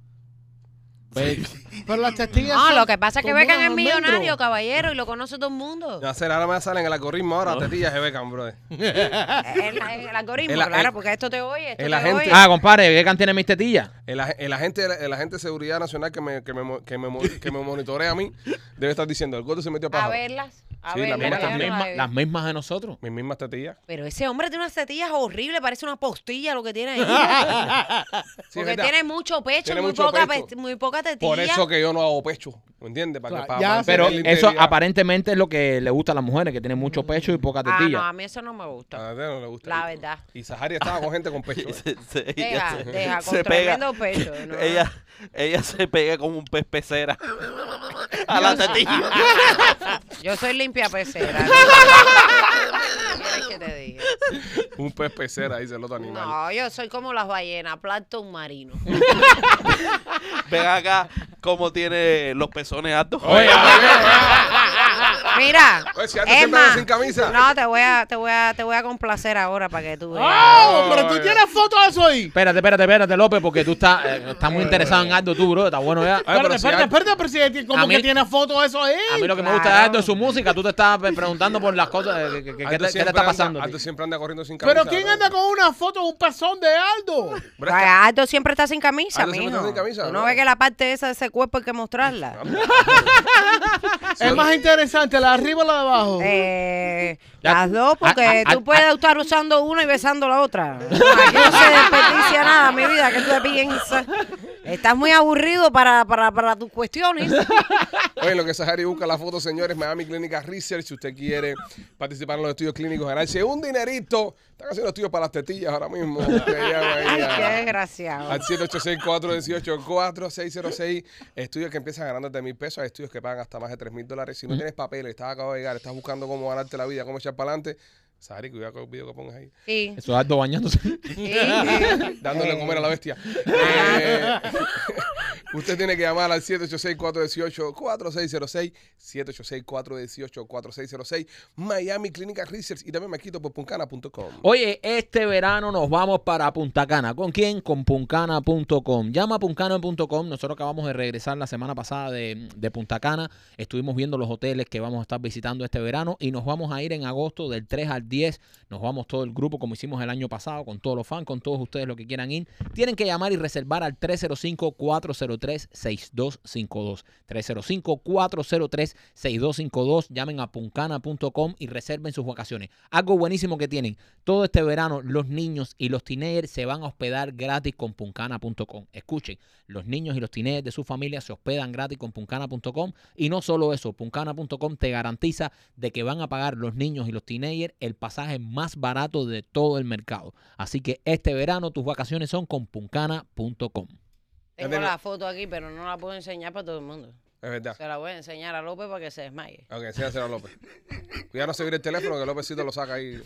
Pero las tetillas No, son lo que pasa es que como Beckham un es almendro. millonario, caballero, y lo conoce todo el mundo. Ya sé, ahora me salen en el algoritmo ahora tetillas de Beckham, brother. El, el algoritmo, El- claro, el- porque esto te oye, esto el te agente- oye. Ah, compadre, Beckham tiene mis tetillas. El, ag- el agente, el agente de Seguridad Nacional que me, que me, mo- que me, mo- que me monitorea a mí debe estar diciendo, el gordo se metió a A pájaro. verlas, a Sí, verlas. la Mira, misma- yo las no mismas, he las visto. mismas de nosotros. Mis mismas tetillas. Pero ese hombre tiene unas tetillas horribles, parece una postilla lo que tiene ahí. Sí, Porque es verdad. tiene mucho pecho, Tiene muy, mucho poca pecho. pe- muy poca tetilla. Por eso que yo no hago pecho, ¿me entiendes? Para que, Claro, para, ya para Pero mantener la eso integridad. aparentemente es lo que le gusta a las mujeres, que tienen mucho pecho y poca Ah, no, tetilla. a mí eso no me gusta. A usted no le gusta. La verdad. Y Sahari estaba con gente con pecho. ¿eh? Se- se- Deja, ella se- deja, con se pega. tremendo pecho. ¿no? Ella, ella se pega como un pez pecera a la tetilla. Yo soy limpia pecera. ¿no? ¿Qué quieres que te diga? Un pez pecera, dice el otro animal. No, yo soy como las ballenas, plancton marino. Ven acá cómo tiene los pezones altos. Oye, oye, Mira, Oye, si antes es siempre anda más, sin camisa. no, te voy a, te voy a, te voy a complacer ahora para que tú veas. ¡Oh! Pero tú tienes fotos de eso ahí. Espérate, espérate, espérate, López, porque tú estás, eh, estás muy interesado en Aldo, tú, bro. Está bueno ya. Ay, pero Espérate, si espérate, hay- espérate, presidente. ¿Cómo A mí- que tiene fotos de eso ahí? A mí lo que me Claro. gusta de Aldo es su música. Tú te estás pe- preguntando por las cosas. eh, que- que- que- ¿Qué Aldo te, qué te siempre está anda- pasando? a ti? Aldo siempre anda corriendo sin camisa. Pero ¿quién bro. anda con una foto de un pezón de Aldo? Bro, Ay, Aldo siempre está sin camisa, Aldo siempre mijo. está sin camisa, ¿Tú ¿no? no ves que la parte esa de ese cuerpo hay que mostrarla? Es más interesante, la de arriba o la de abajo. Eh, Ya. las dos, porque Ah, ah, tú ah, puedes estar usando una y besando la otra. No, aquí no se desperdicia nada, mi vida, que tú te piensas. Estás muy aburrido para, para, para tus cuestiones. Oye, lo que Sahari busca la foto, señores, Miami Clinical Research. Si usted quiere participar en los estudios clínicos, ganarse un dinerito. Están haciendo estudios para las tetillas ahora mismo. Usted llama ahí Ay, a- qué desgraciado. Al siete ocho seis, cuatro uno ocho, cuatro seis cero seis. Estudios que empiezan ganando de mil pesos. Hay estudios que pagan hasta más de tres mil dólares. Si no tienes papeles, estás acabado de llegar, estás buscando cómo ganarte la vida, cómo echar para adelante. Sahari, cuidado con el video que pongas ahí. Sí. Eso es Aldo bañándose. Sí. Dándole a comer a la bestia. Eh, usted tiene que llamar al siete ocho seis, cuatro uno ocho, cuatro seis cero seis. siete ocho seis, cuatro uno ocho, cuatro seis cero seis. Miami Clinical Research. Y también me quito por puncana punto com. Oye, este verano nos vamos para Punta Cana. ¿Con quién? Con puncana punto com. Llama a puncana punto com. Nosotros acabamos de regresar la semana pasada de, de Punta Cana. Estuvimos viendo los hoteles que vamos a estar visitando este verano y nos vamos a ir en agosto del tres al diez. Nos vamos todo el grupo como hicimos el año pasado con todos los fans, con todos ustedes los que quieran ir. Tienen que llamar y reservar al tres cero cinco, cuatro cero tres, seis dos cinco dos. tres cero cinco, cuatro cero tres, seis dos cinco dos. Llamen a puncana punto com y reserven sus vacaciones. Algo buenísimo que tienen. Todo este verano los niños y los teenagers se van a hospedar gratis con puncana punto com. Escuchen, los niños y los teenagers de su familia se hospedan gratis con puncana punto com. Y no solo eso, puncana punto com te garantiza de que van a pagar los niños y los teenagers el pasaje más barato de todo el mercado. Así que este verano tus vacaciones son con puncana punto com. Tengo la foto aquí, pero no la puedo enseñar para todo el mundo. Es verdad. Se la voy a enseñar a López para que se desmaye. Ok, enséñaselo a López. Cuidado no se vire el teléfono que Lópezito lo saca ahí.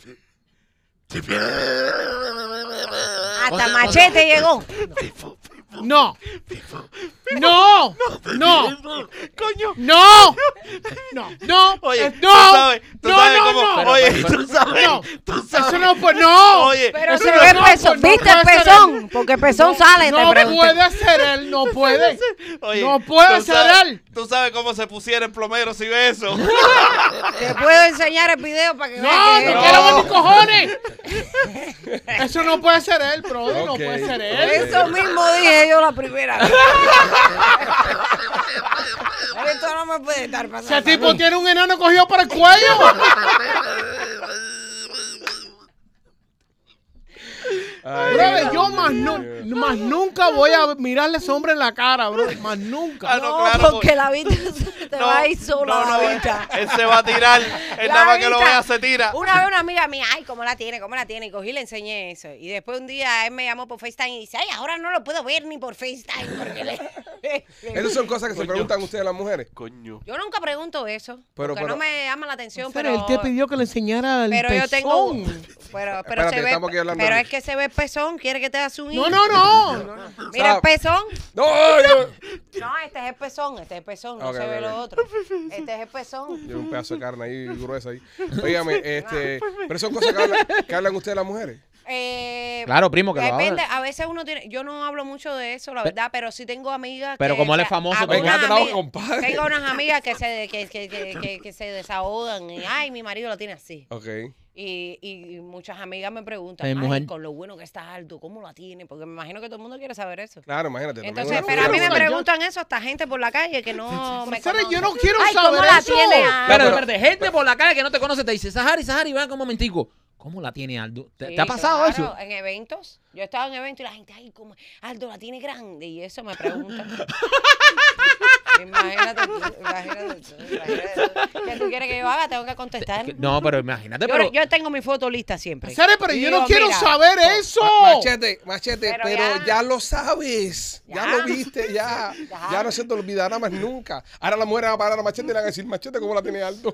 Hasta Machete llegó. No. No. No. Coño. No. No. No. Oye, Eh, tú no. sabes, tú No, sabes no, cómo. no. Oye, Pero- tú sabes. No. Tú sabes. Eso no puede. No. Oye, Pero Eso se no- ve no, pezón. no ¿Viste puede el ser pezón? Porque pezón sale, te No pregunté. puede ser él. No puede. Oye, No puede tú ser sabes- él. Tú sabes cómo se pusiera el plomero si ve eso. Te puedo enseñar el video para que No, veas que no es quiero ver él. mis cojones. Eso no puede ser él, brother. Ok. No puede ser él. Eso mismo dije yo la primera vez. Esto no me puede estar pasando. Ese tipo tiene un enano cogido por el cuello. Ay, Brother, Dios yo más, mío. nu- más nunca voy a mirarle a ese hombre en la cara, bro. Más nunca. Ah, no, No, claro, porque pues. la vista se te No, va a ir sola. no, no, la él, vista. él se va a tirar. Él La nada más que lo vista. vea se tira. Una vez una amiga mía, ay, ¿cómo la tiene? ¿Cómo la tiene? Y cogí y le enseñé eso. Y después un día él me llamó por FaceTime y dice, ay, ahora no lo puedo ver ni por FaceTime. Porque le... Esas son cosas que se preguntan ustedes las mujeres. Coño. Yo nunca pregunto eso. Pero- porque pero- no me llama la atención. Pero Pero, él te pidió que le enseñara el pero yo tengo... pezón. Pero, pero, Espérate, se ve, estamos aquí hablando pero de- es que se ve el pezón. ¿Quiere que te hagas un No, hijo? no, no. Mira el Ah. pezón. No, yo, No, este es el pezón. Este es el pezón. No Ok, se ok, ve ok. lo otro. Este es el pezón. yo un pedazo de carne ahí gruesa ahí. Óigame, este, pero son cosas que hablan, que hablan ustedes las mujeres. Eh, Claro, primo, que lo Depende, habla. a veces uno tiene, yo no hablo mucho de eso, la Pe- verdad, pero sí tengo amigas Pero que, como él es o sea, famoso, algunas Venga, te la voy, amigas- compadre. Tengo unas amigas que se, que, que, que, que, que se desahogan y, ay, mi marido la tiene así. Ok. Y, y, y muchas amigas me preguntan, Ay, ay, mujer. con lo bueno que está Aldo, ¿cómo la tiene? Porque me imagino que todo el mundo quiere saber eso. Claro, imagínate. también Entonces, una pero a mí me figura- preguntan eso hasta gente por la calle que no me Sara, yo conoce. no quiero Ay, saber ¿cómo la eso. tiene Aldo? Espérate, pero- espérate, gente por la calle que no te conoce te dice, Sahari, Sahari, ven un momentico. ¿Cómo la tiene Aldo? ¿Te, Sí, te ha pasado claro, eso? en eventos. Yo he estado en eventos y la gente, ay, como Aldo la tiene grande. Y eso me preguntan. Imagínate tú, imagínate tú, imagínate tú. ¿Qué tú quieres que yo haga? Tengo que contestar. Que- No, pero imagínate, Yo, pero... yo tengo mi foto lista siempre. Sara, pero Y yo no digo, quiero mira, saber eso. Machete, machete, pero, Pero ya. ya. lo sabes. Ya, Ya. lo viste, ya. Ya. ya. no se te olvidará más nunca. Ahora la mujer va a parar a Machete y le van a decir, Machete, ¿cómo la tiene alto?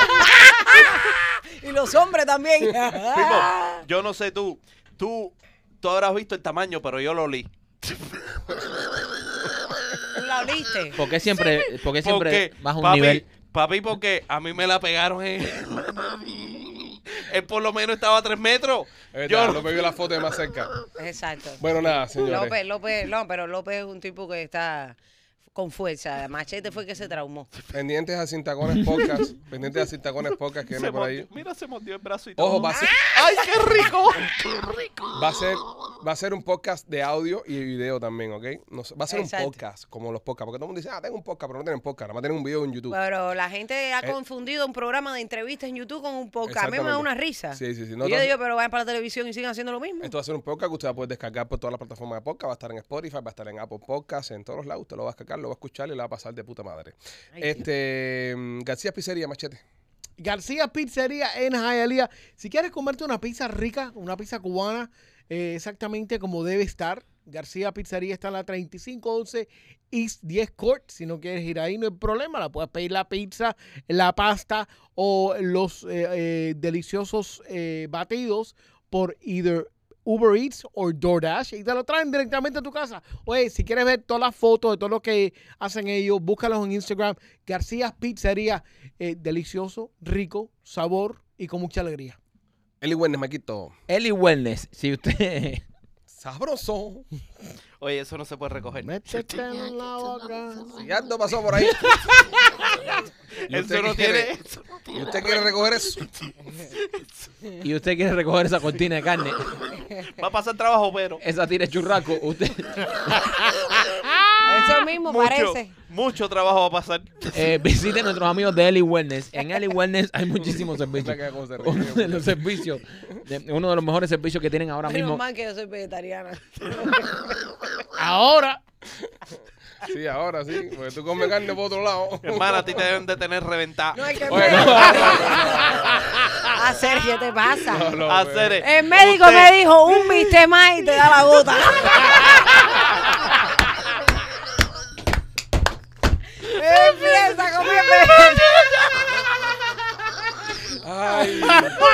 Y los hombres también. Primo, yo no sé tú. Tú, tú habrás visto el tamaño, pero yo lo olí. ¿Tú la oliste? ¿Por qué siempre, por qué siempre Porque, vas a un papi, nivel? Papi, porque a mí me la pegaron en... Él por lo menos estaba a tres metros. Es Yo verdad, no- López vio la foto de más cerca. Exacto. Bueno, nada, señores. López, López, no, pero López es un tipo que está con fuerza. Machete fue que se traumó. Pendientes a Sin Tacones Podcast. Pendientes a Sin Tacones Podcast que se viene por ahí. mordió- mira, se mordió el brazo y todo. Ojo, va a ser, ¡Ay, qué rico! va a ser, va a ser un podcast de audio y video también, ¿ok? No sé, va a ser Exacto. un podcast, como los podcasts. Porque todo el mundo dice, ah, tengo un podcast, pero no tienen podcast. Nada más tienen un video en YouTube. Pero la gente ha Eh. confundido un programa de entrevistas en YouTube con un podcast. A mí me da Exactamente. una risa. Sí, sí, sí. Y No, yo entonces- digo, pero vayan para la televisión y sigan haciendo lo mismo. Esto va a ser un podcast que usted va a poder descargar por todas las plataformas de podcast. Va a estar en Spotify, va a estar en Apple Podcasts, en todos los lados. Usted lo va a descargar, lo va a escuchar y le va a pasar de puta madre. Ay, Este, mm, García Pizzería, Machete. García Pizzería en Hialeah. Si quieres comerte una pizza rica, una pizza cubana, eh, exactamente como debe estar, García Pizzería está en la treinta y cinco once East diez Court. Si no quieres ir ahí, no hay problema. La puedes pedir la pizza, la pasta o los eh, eh, deliciosos eh, batidos por either Uber Eats o DoorDash y te lo traen directamente a tu casa. Oye, si quieres ver todas las fotos de todo lo que hacen ellos, búscalos en Instagram. García Pizzería, eh, delicioso, rico, sabor y con mucha alegría. Eli Wellness, Maquito. Eli Wellness, si usted... Sabroso. Oye, eso no se puede recoger. Métete en la boca. Si Aldo pasó por ahí. Y usted Eso no quiere- tiene... eso no tiene- ¿Y usted quiere recoger eso? y usted quiere recoger esa cortina de carne, Va a pasar trabajo, pero... esa tira de churrasco, usted Eso mismo Mucho, parece. mucho trabajo va a pasar. eh, visite a nuestros amigos de Eli Wellness. En Eli Wellness hay muchísimos Usted servicios. queda como se ríe. Uno de los servicios, de- uno de los mejores servicios que tienen ahora Menos mismo. mal que yo soy vegetariana. Ahora, Sí, ahora sí. Porque tú comes carne por otro lado. Hermana, a ti te deben de tener reventada. No hay que Oye, no, no, no, no, no. hacer, ¿qué te pasa? No, no, Hacer pero- El médico Usted- me dijo un bistec más y te da la gota. Empieza a comer Ay.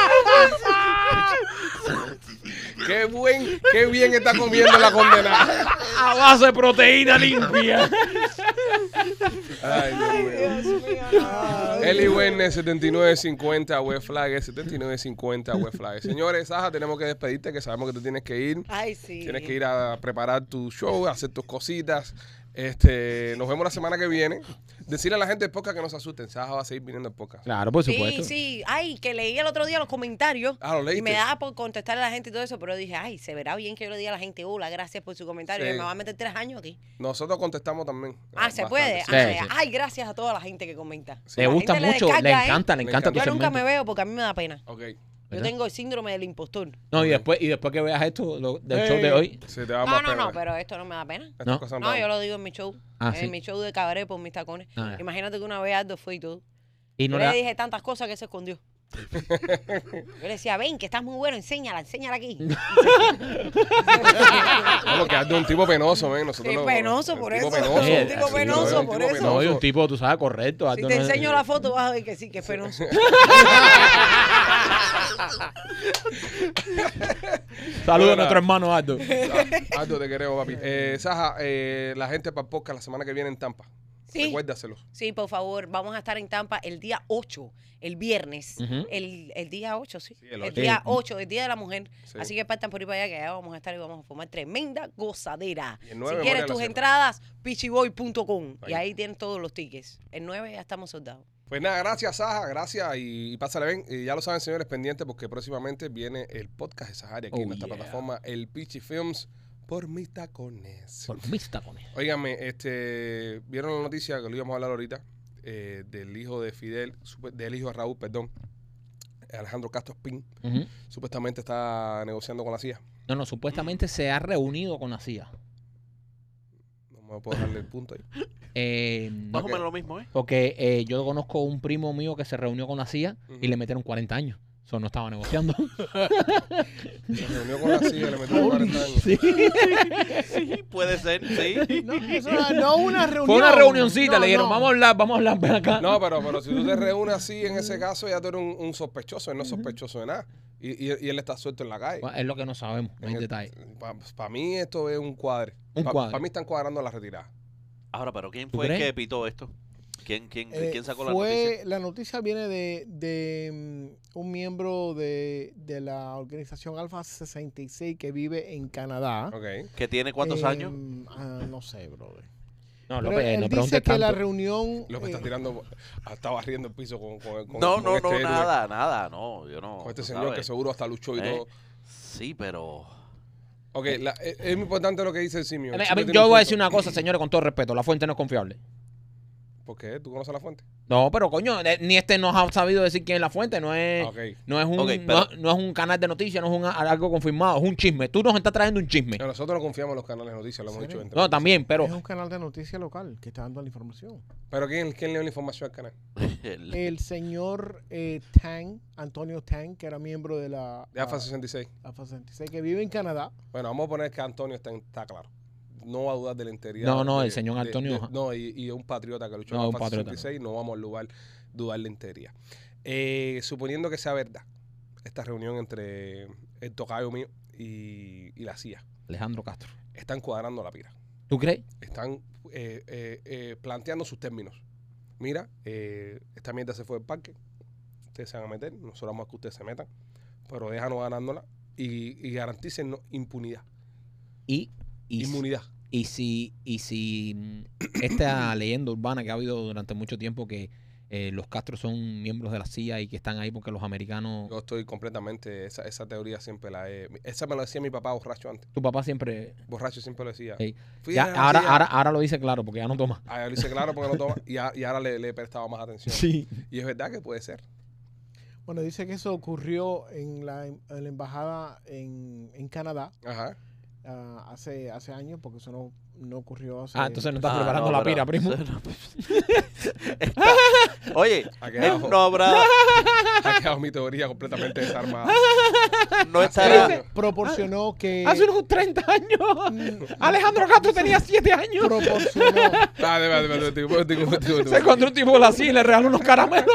Qué buen, qué bien está comiendo la condenada. A base de proteína limpia. Ay, Dios mío. Eli Wellness setenta y nueve cincuenta West Flag, setenta y nueve cincuenta West Flag. Señores, Saja, tenemos que despedirte, que sabemos que tú tienes que ir. Ay, sí. Tienes que ir a preparar tu show, a hacer tus cositas. Este, nos vemos la semana que viene. Decirle a la gente del podcast que no se asusten. Saja va a seguir viniendo al podcast. Claro, por Sí, supuesto. sí. Ay, que leí el otro día los comentarios. Ah, ¿lo leíste? Y me daba por contestarle a la gente y todo eso, pero dije, ay, se verá bien que yo le diga a la gente, hola, gracias por su comentario. Sí. Que me va a meter tres años aquí. Nosotros contestamos también. Ah, ¿se Bastante, puede? sí. Ah, sí. Ay, gracias a toda la gente que comenta. Le La gusta gente mucho, le descarga, ¿eh? encanta, le Le encanta tu encanta. Yo nunca segmento. me veo porque a mí me da pena. Ok. Yo ¿Verdad? tengo el síndrome del impostor. No, y Ok. después, y después que veas esto lo- del Ey. show de hoy, Sí, te va No, más no, pena. no, pero esto no me da pena. Estas No. cosas No, dan- yo lo digo en mi show. Ah, en sí. mi show de cabaret por mis tacones. Ah, ya. Imagínate que una vez Aldo fue y todo. y no Yo le le da- dije tantas cosas que se escondió. Yo le decía, ven, que estás muy bueno, enséñala, enséñala aquí. Vamos, que Aldo es un tipo penoso, ven. Nosotros Sí, lo- penoso, un por tipo eso. penoso. Sí, un tipo Sí, penoso, es un por tipo eso. No, y un penoso. tipo, tú sabes, correcto. Si Aldo te no es- enseño la foto vas a ver que sí, que es penoso. Saludos a Hola. nuestro hermano Aldo. Aldo, te queremos, papi. Eh, Saja, eh, la gente para el podcast la semana que viene en Tampa. Sí. Recuérdaselo. Sí, por favor, vamos a estar en Tampa el día ocho, el viernes. Ujú. el, el día ocho, sí. Sí, el el ocho. día Sí. ocho, el día de la mujer. Sí. Así que partan por ir para allá, que allá vamos a estar y vamos a formar tremenda gozadera. Y el Si nueve, quieres Moria tus la Sierra. entradas, pichiboy punto com. Y Ahí. ahí tienes todos los tickets. El nueve ya estamos soldados. Pues nada, gracias, Saja, gracias y, y pásale bien. Y ya lo saben, señores, pendientes porque próximamente viene el podcast de Sahari aquí Oh, en nuestra yeah. plataforma, el Pichi Films, por mis tacones. Por mis tacones. Óigame, este, vieron la noticia que lo íbamos a hablar ahorita, eh, del hijo de Fidel, supe- del hijo de Raúl, perdón, Alejandro Castro Espín, Ujú. supuestamente está negociando con la C I A. No, no, supuestamente se ha reunido con la C I A. No me puedo darle el punto ahí. Eh, Más o menos lo mismo, ¿eh? porque eh, yo conozco un primo mío que se reunió con la C I A Ujú. y le metieron cuarenta años. Eso no estaba negociando. Se reunió con la C I A, le metió cuarenta años. Sí. Sí, puede ser, sí. no, eso no, no una reunión. Fue una reunioncita, No, le dijeron, no. vamos a hablar, vamos a hablar, ven acá. No, pero, pero si tú te reúnes así, en ese caso ya tú eres un, un sospechoso. Él no es sospechoso de nada. Y, y- y él está suelto en la calle. Es lo que no sabemos, no hay detalle. Para mí esto es un cuadre. Un Para cuadre. mí están cuadrando la retirada. Ahora, pero ¿quién ¿Tú fue el crees? que pitó esto? ¿Quién, quién, Eh, ¿quién sacó la fue, noticia? La noticia viene de, de mm, un miembro de, de la organización Alpha sesenta y seis que vive en Canadá. Ok. ¿Que tiene cuántos Eh, años? ah, no sé, brother. No, Pero López, él no dice preguntes que la tanto. reunión... Lo que está eh, tirando, está barriendo el piso con, con, con, No, con no, este no, héroe, nada, nada, no, yo no. con este tú señor sabes. que seguro hasta luchó y ¿Eh? todo. Sí, pero... Ok, la- es, es muy importante lo que dice el simio. A El mí- a simio mí- tiene yo un voy a punto. decir una cosa, señores, con todo respeto. La fuente no es confiable. ¿Por qué? ¿Tú conoces la fuente? No, pero coño, eh, ni este nos ha sabido decir quién es la fuente. No es, Ah, ok. no es, un, Ok, no, pero- no es un canal de noticias, no es un, algo confirmado. Es un chisme. Tú nos estás trayendo un chisme. No, nosotros no confiamos en los canales de noticias, lo hemos ¿Serio? dicho entre No, también, pero... Es un canal de noticias local que está dando la información. Pero ¿quién, quién le dio la información al canal? el- El señor eh, Tang, Antonio Tang, que era miembro de la De AFA ah, sesenta y seis. AFA sesenta y seis, que vive en Canadá. Bueno, vamos a poner que Antonio está, en- está claro. No va a dudar de la integridad. No, no, de- el señor de- Antonio, de- ajá. no, y, y es un patriota que luchó No, en un AFA patriota, sesenta y seis. No vamos a dudar, dudar de la integridad. Eh, suponiendo que sea verdad esta reunión entre el tocayo mío y, y la C I A, Alejandro Castro. están cuadrando la pira. ¿Tú crees? Están eh, eh, eh, planteando sus términos. Mira, eh, esta mierda se fue del parque. Ustedes se van a meter. Nosotros vamos a que ustedes se metan. Pero déjanos ganándola y, y garantícennos impunidad. Y, y, Inmunidad. y si, y si mm, esta leyenda urbana que ha habido durante mucho tiempo que eh, los Castro son miembros de la C I A y que están ahí porque los americanos... Yo estoy completamente, esa, esa teoría siempre la he... Esa me lo decía mi papá borracho antes. Tu papá siempre... Borracho siempre lo decía. Sí. Fui Ya, a la ahora, C I A. ahora, ahora lo dice claro porque ya no toma. Ah, lo hice claro porque no toma. Y, a- y ahora le, le he prestado más atención. Sí. Y es verdad que puede ser. Bueno, dice que eso ocurrió en la, en la embajada en, en Canadá Ajá. ah, hace, hace años, porque eso no, no ocurrió hace... Ah, entonces no estás Ah, preparando no, la pero- pira, primo. Está- Oye, Ha quedado, no habrá... ha quedado mi teoría completamente desarmada. No Él estará... proporcionó que... Hace unos treinta años. mm, Alejandro Castro tenía siete años. proporcionó... Ah, de verdad, de verdad, de verdad, de verdad, de verdad. Se encontró un tipo así y le regaló unos caramelos.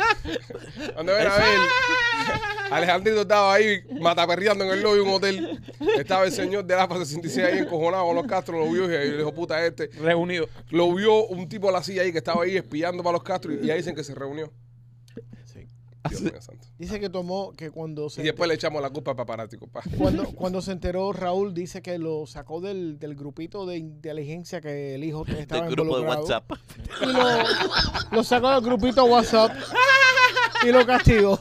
Cuando ven a ver, Alejandrito estaba ahí mataperreando en el lobby de un hotel. Estaba el señor de la AFA sesenta y seis ahí encojonado con los Castro, lo vio y le dijo, puta este. Reunido. Lo vio un tipo de la silla ahí que estaba ahí espiando para los Castro y, y ahí dicen que se reunió. Sí. Dios mío santo. Dice que tomó, que cuando se... Y después le echamos la culpa al paparazzi, compa. Cuando, cuando se enteró, Raúl dice que lo sacó del, del grupito de inteligencia que el hijo estaba Del grupo de involucrado. WhatsApp. Y lo, lo sacó del grupito WhatsApp y lo castigó.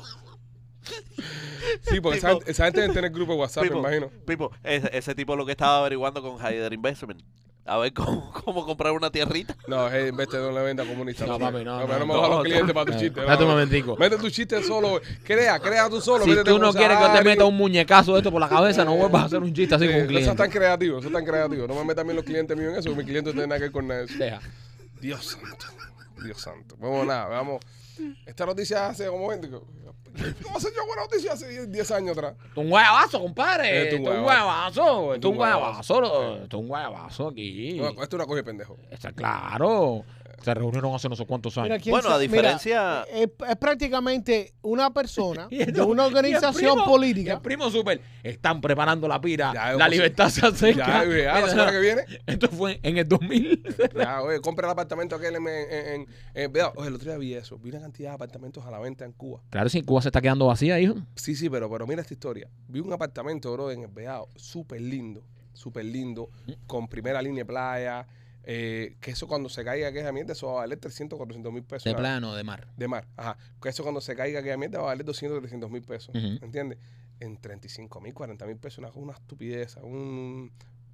Sí, porque esa, gente- esa gente debe tener grupo de WhatsApp, me Pipo, imagino. Pipo, ese, ese tipo lo que estaba averiguando con Hyder Investment. A ver cómo, cómo comprar una tierrita. No, es en vez de una venta comunista. No, papi, no, pero no, me no, bajo los no. clientes para tu chiste. Espérate un no. momentico. Mete tu chiste solo. Crea, crea tú solo. Si métete tú con no quieres que te salario. meta un muñecazo de esto por la cabeza, no vuelvas a hacer un chiste así Sí, con un Eso es cliente. tan creativo, eso es tan creativo. No me metan a mí los clientes míos en eso, porque mis clientes no tienen nada que ver con nada de eso. Deja. Dios santo, Dios santo. Vamos nada, vamos. Esta noticia hace como veinte. ¿Cómo se yo buena noticia hace diez años atrás? Esto es un huevazo, compadre. Esto es Esto un es un huevazo. Esto es un huevazo. huevazo. Esto es un huevazo aquí. No, esto es una cosa de pendejo. Está claro. Se reunieron hace no sé cuántos años. Mira, ¿quién Bueno, sa- a diferencia... mira, es, es prácticamente una persona Y el- de una y el organización primo- y política. El primo super. Están preparando la pira. Ya, la pues, libertad se acerca. Ya, ya, la semana que viene. Esto fue en el dos mil. Ya, oye, compra el apartamento aquel en. en, en, en- vea, oye, el otro día vi eso. Vi una cantidad de apartamentos a la venta en Cuba. Claro, sí, Cuba se está quedando vacía, hijo. Sí, sí, pero, pero mira esta historia. Vi un apartamento, bro, en el Beao, súper lindo, súper lindo, con primera línea de playa. Eh, que eso cuando se caiga aquella mierda, eso va a valer trescientos, cuatrocientos mil pesos. De la- plano, de mar. De mar, ajá. Que eso cuando se caiga aquella mierda va a valer doscientos, trescientos mil pesos. Ujú. ¿Entiendes? En treinta y cinco mil, cuarenta mil pesos, una, una estupidez, un...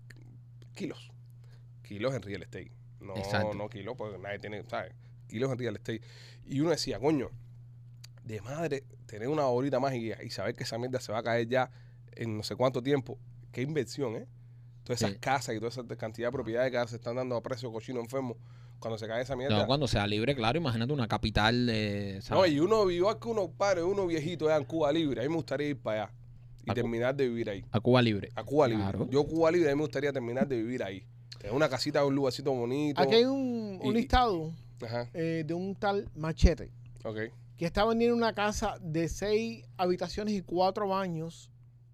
Kilos. Kilos en real estate. No, Exacto. no kilos, porque nadie tiene, ¿sabes? Kilos en real estate. Y uno decía, coño, de madre, tener una horita más y, y saber que esa mierda se va a caer ya en no sé cuánto tiempo. Qué inversión, ¿eh? Todas esas Sí. casas y toda esa cantidad de propiedades que se están dando a precio cochino enfermo cuando se cae esa mierda. No, cuando sea libre, claro, imagínate una capital de. No, ¿sabes? y uno igual que uno padre, uno viejito allá en Cuba Libre. A mí me gustaría ir para allá y A Cu- terminar de vivir ahí. A Cuba libre. A Cuba Libre. Claro. Yo Cuba Libre, a mí me gustaría terminar de vivir ahí. Tener una casita, un lugarcito bonito. Aquí hay un, un Y- listado Ajá, eh, de un tal Machete ok. que está vendiendo una casa de seis habitaciones y cuatro baños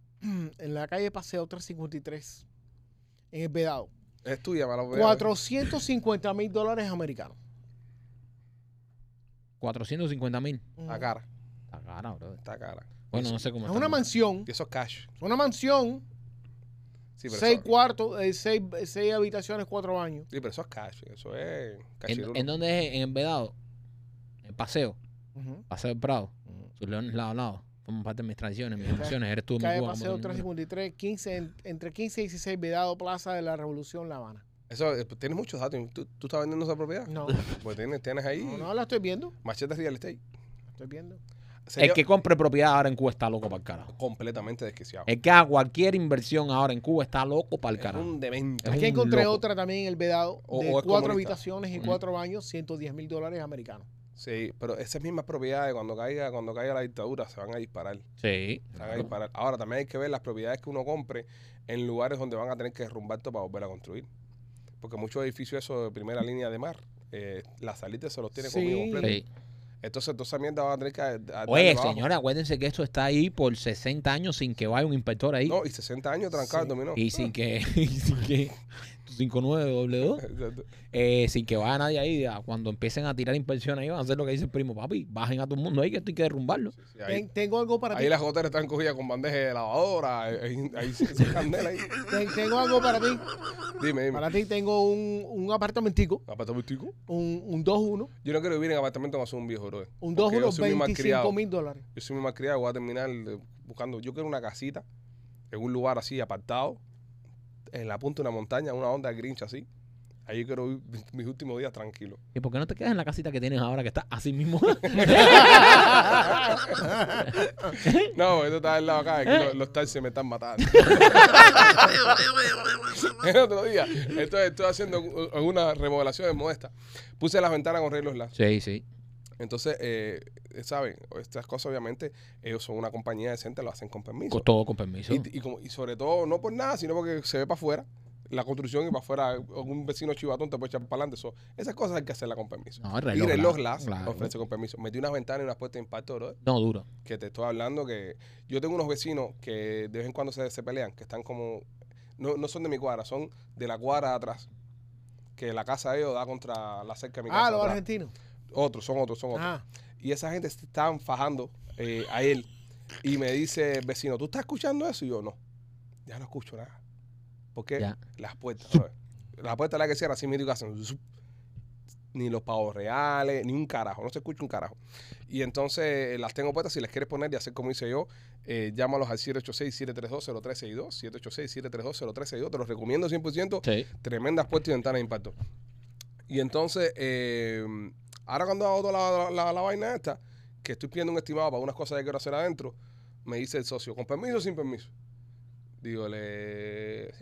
en la calle Paseo trescientos cincuenta y tres en el Vedado. Es tuya, malo. cuatrocientos cincuenta mil dólares americanos. cuatrocientos cincuenta mil. Está cara, Está cara, bro. está cara. Bueno, Eso- no sé cómo Es está. una mansión. Y eso es cash. Una mansión. Sí, pero, seis eso, cuartos, eh, seis, seis habitaciones, cuatro baños. sí, pero eso es cash. Eso es ¿En, cachirulo. ¿En dónde es? En el Vedado. En Paseo. Ujú. Paseo del Prado. Ujú. Sus leones lado a lado. Forman parte de mis tradiciones, mis Calle- emociones. Eres tú, mi Calle Cuba, Paseo como tú, mi trescientos cincuenta y tres, quince, en- entre quince y dieciséis, Vedado Plaza de la Revolución, La Habana. Eso, eh, tienes muchos datos. ¿Tú, tú estás vendiendo esa propiedad? No, Pues tienes, tienes ahí no, no la estoy viendo. machete real estate. La estoy viendo. Sería El que compre propiedad ahora en Cuba está loco para el carajo. completamente desquiciado. El que haga cualquier inversión ahora en Cuba está loco para el Es carajo. un demente. Es Aquí un encontré loco. otra también en el Vedado O- de o es cuatro comunista. habitaciones y Ujú. cuatro baños, ciento diez mil dólares americanos. Sí, pero esas mismas propiedades, cuando caiga, cuando caiga la dictadura, se van a disparar. Sí. Se van a disparar. Ahora, también hay que ver las propiedades que uno compre en lugares donde van a tener que derrumbar todo para volver a construir. Porque muchos edificios esos de primera línea de mar, eh, las salitas se los tiene Sí. conmigo completo. Sí. Entonces, toda esa mierda van a tener que... a- a Oye, darle abajo. señora, acuérdense que esto está ahí por sesenta años sin que vaya un inspector ahí. No, y sesenta años trancado Sí. el dominó. Y sin que, y sin que cinco nueve doble dos, eh, sin que vaya nadie ahí, a- cuando empiecen a tirar inspecciones ahí van a hacer lo que dice el primo, papi, bajen a todo el mundo ahí que esto hay que derrumbarlo. Sí, ahí, Ten- tengo algo para ahí ti. las goteras están cogidas con bandejas de lavadora. Ahí, ahí sí, sí, candela ahí. Ten- tengo algo para ti. Dime, dime. Para ti tengo un, un apartamentico, ¿Apartamentico? un, un dos uno, Yo no quiero vivir en apartamento cuando soy un viejo, bro. un dos Porque uno, yo soy muy malcriado. veinticinco mil dólares. Yo soy muy malcriado, voy a terminar eh, buscando. Yo quiero una casita en un lugar así apartado, en la punta de una montaña, una onda de Grinch así. Ahí quiero vivir mis- mis últimos días tranquilos. ¿Y por qué no te quedas en la casita que tienes ahora que está así mismo? No, esto está del lado acá, aquí los, los taxis me están matando. El otro día, estoy, estoy haciendo u- una remodelación modesta. Puse las ventanas con Reylos Glass. Sí, sí. Entonces, eh, ¿saben? Estas cosas, obviamente, ellos son una compañía decente, lo hacen con permiso. Con todo con permiso. Y, y, como, y sobre todo, no por nada, sino porque se ve para afuera la construcción y para afuera un vecino chivatón te puede echar para adelante. So, esas cosas hay que hacerlas con permiso. No, el y reloj, reloj claro, Glass claro. ofrece con permiso. Metí unas ventanas y unas puertas de impacto, bro. No, duro. Que te estoy hablando que yo tengo unos vecinos que de vez en cuando se, se pelean, que están como, no, no son de mi cuadra, son de la cuadra de atrás. Que la casa de ellos da contra la cerca de mi casa. Ah, los atrás. argentinos. Otros, son otros, son otros. Ah, Y esa gente se estaban fajando eh, a él. Y me dice el vecino, ¿tú estás escuchando eso? Y yo, no, ya no escucho nada. Porque Ya. las puertas, ¿sabes? Las puertas las que cierran así mítico hacen zup. Ni los pavos reales, ni un carajo, no se escucha un carajo. Y entonces eh, las tengo puestas, si les quieres poner y hacer como hice yo, eh, llámalos al siete ocho seis, siete tres dos, cero tres seis dos, siete ocho seis, siete tres dos, cero tres seis dos, te los recomiendo cien por ciento. Sí. Tremendas puertas y ventanas de impacto. Y entonces, eh, ahora cuando hago toda la, la- la vaina esta, que estoy pidiendo un estimado para unas cosas que quiero hacer adentro, me dice el socio, ¿con permiso o sin permiso? Digo, le...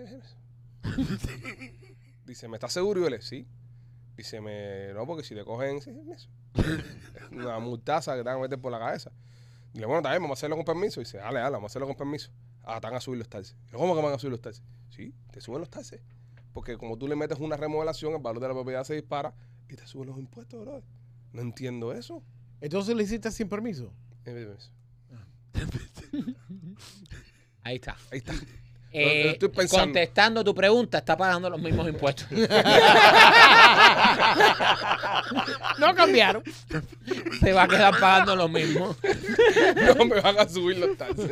Dice, ¿me estás seguro? Y yo le, sí. Dice, me... no, porque si te cogen, sí, permiso. Es una multaza que te van a meter por la cabeza. Dile, bueno, también vamos a hacerlo con permiso. Dice, dale, dale, vamos a hacerlo con permiso. Ah, te van a subir los taxes. Digo, ¿cómo que van a subir los taxes? Sí, te suben los taxes. Porque como tú le metes una remodelación, el valor de la propiedad se dispara y te suben los impuestos, bro. No entiendo eso. entonces lo hiciste sin permiso. Eh, Ahí está. Ahí está. Eh, estoy pensando. Contestando tu pregunta, está pagando los mismos impuestos. No cambiaron. Se va a quedar pagando lo mismo. No me van a subir los taxes.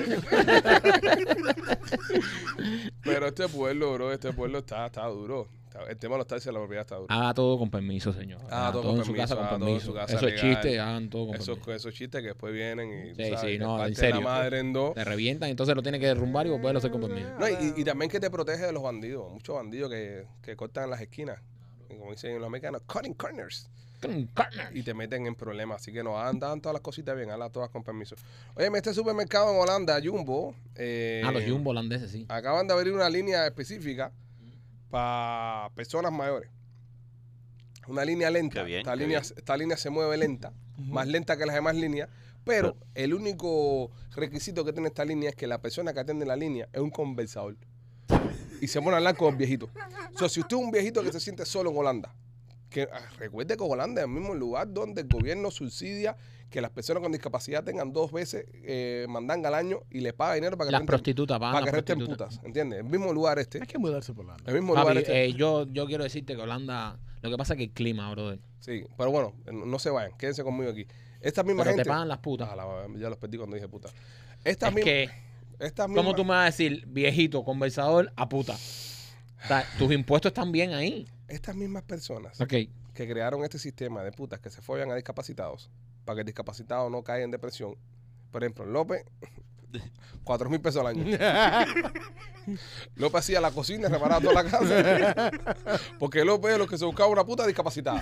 Pero este pueblo, bro, este pueblo está, está duro. Está- El tema de los taxis de la propiedad está duro. Haga todo con permiso, señor. Haga Haga todo todo con en su permiso, casa haga con todo en permiso. su casa Eso es legal. chiste, hagan todo con Esos, permiso. esos chistes que después vienen y tú Sí, sabes, sí, que no, parte en de serio. la madre en dos. Te revientan, entonces lo tiene que derrumbar y volverlo a hacer con permiso. No, y, y también que te protege de los bandidos. Muchos bandidos que, que cortan en las esquinas. Y como dicen los americanos, cutting corners. Y te meten en problemas. Así que no, andan todas las cositas bien, hazlas todas con permiso. Oye, este supermercado en Holanda, Jumbo. eh, Ah, los jumbo holandeses, sí. Acaban de abrir una línea específica para personas mayores. Una línea lenta. Qué bien, esta, qué línea, bien. esta línea se mueve lenta, más lenta que las demás líneas. Pero el único requisito que tiene esta línea es que la persona que atiende la línea es un conversador. Y se pone a hablar con el viejito. O sea, si usted es un viejito que se siente solo en Holanda, que ah, recuerde que Holanda es el mismo lugar donde el gobierno subsidia que las personas con discapacidad tengan dos veces eh, mandanga al año y le paga dinero para que Las renten- prostitutas, van para que las resten prostitutas. putas, ¿entiendes? El mismo lugar este. Hay que mudarse por la. El mismo Papi, lugar este. eh, yo, yo quiero decirte que Holanda Lo que pasa es que el clima, brother. Sí, pero bueno, no se vayan, quédense conmigo aquí. Esta misma Pero gente. te pagan las putas. Ah, la- ya los perdí cuando dije puta. Estas Es mismas. que, Estas ¿cómo mismas- tú me vas a decir, viejito, conversador, a puta? O sea, tus impuestos están bien ahí. Estas mismas personas Ok. que crearon este sistema de putas que se follan a discapacitados para que el discapacitado no caiga en depresión. Por ejemplo, López, cuatro mil pesos al año. López hacía la cocina y reparaba toda la casa. Porque López es lo que se buscaba una puta discapacitada.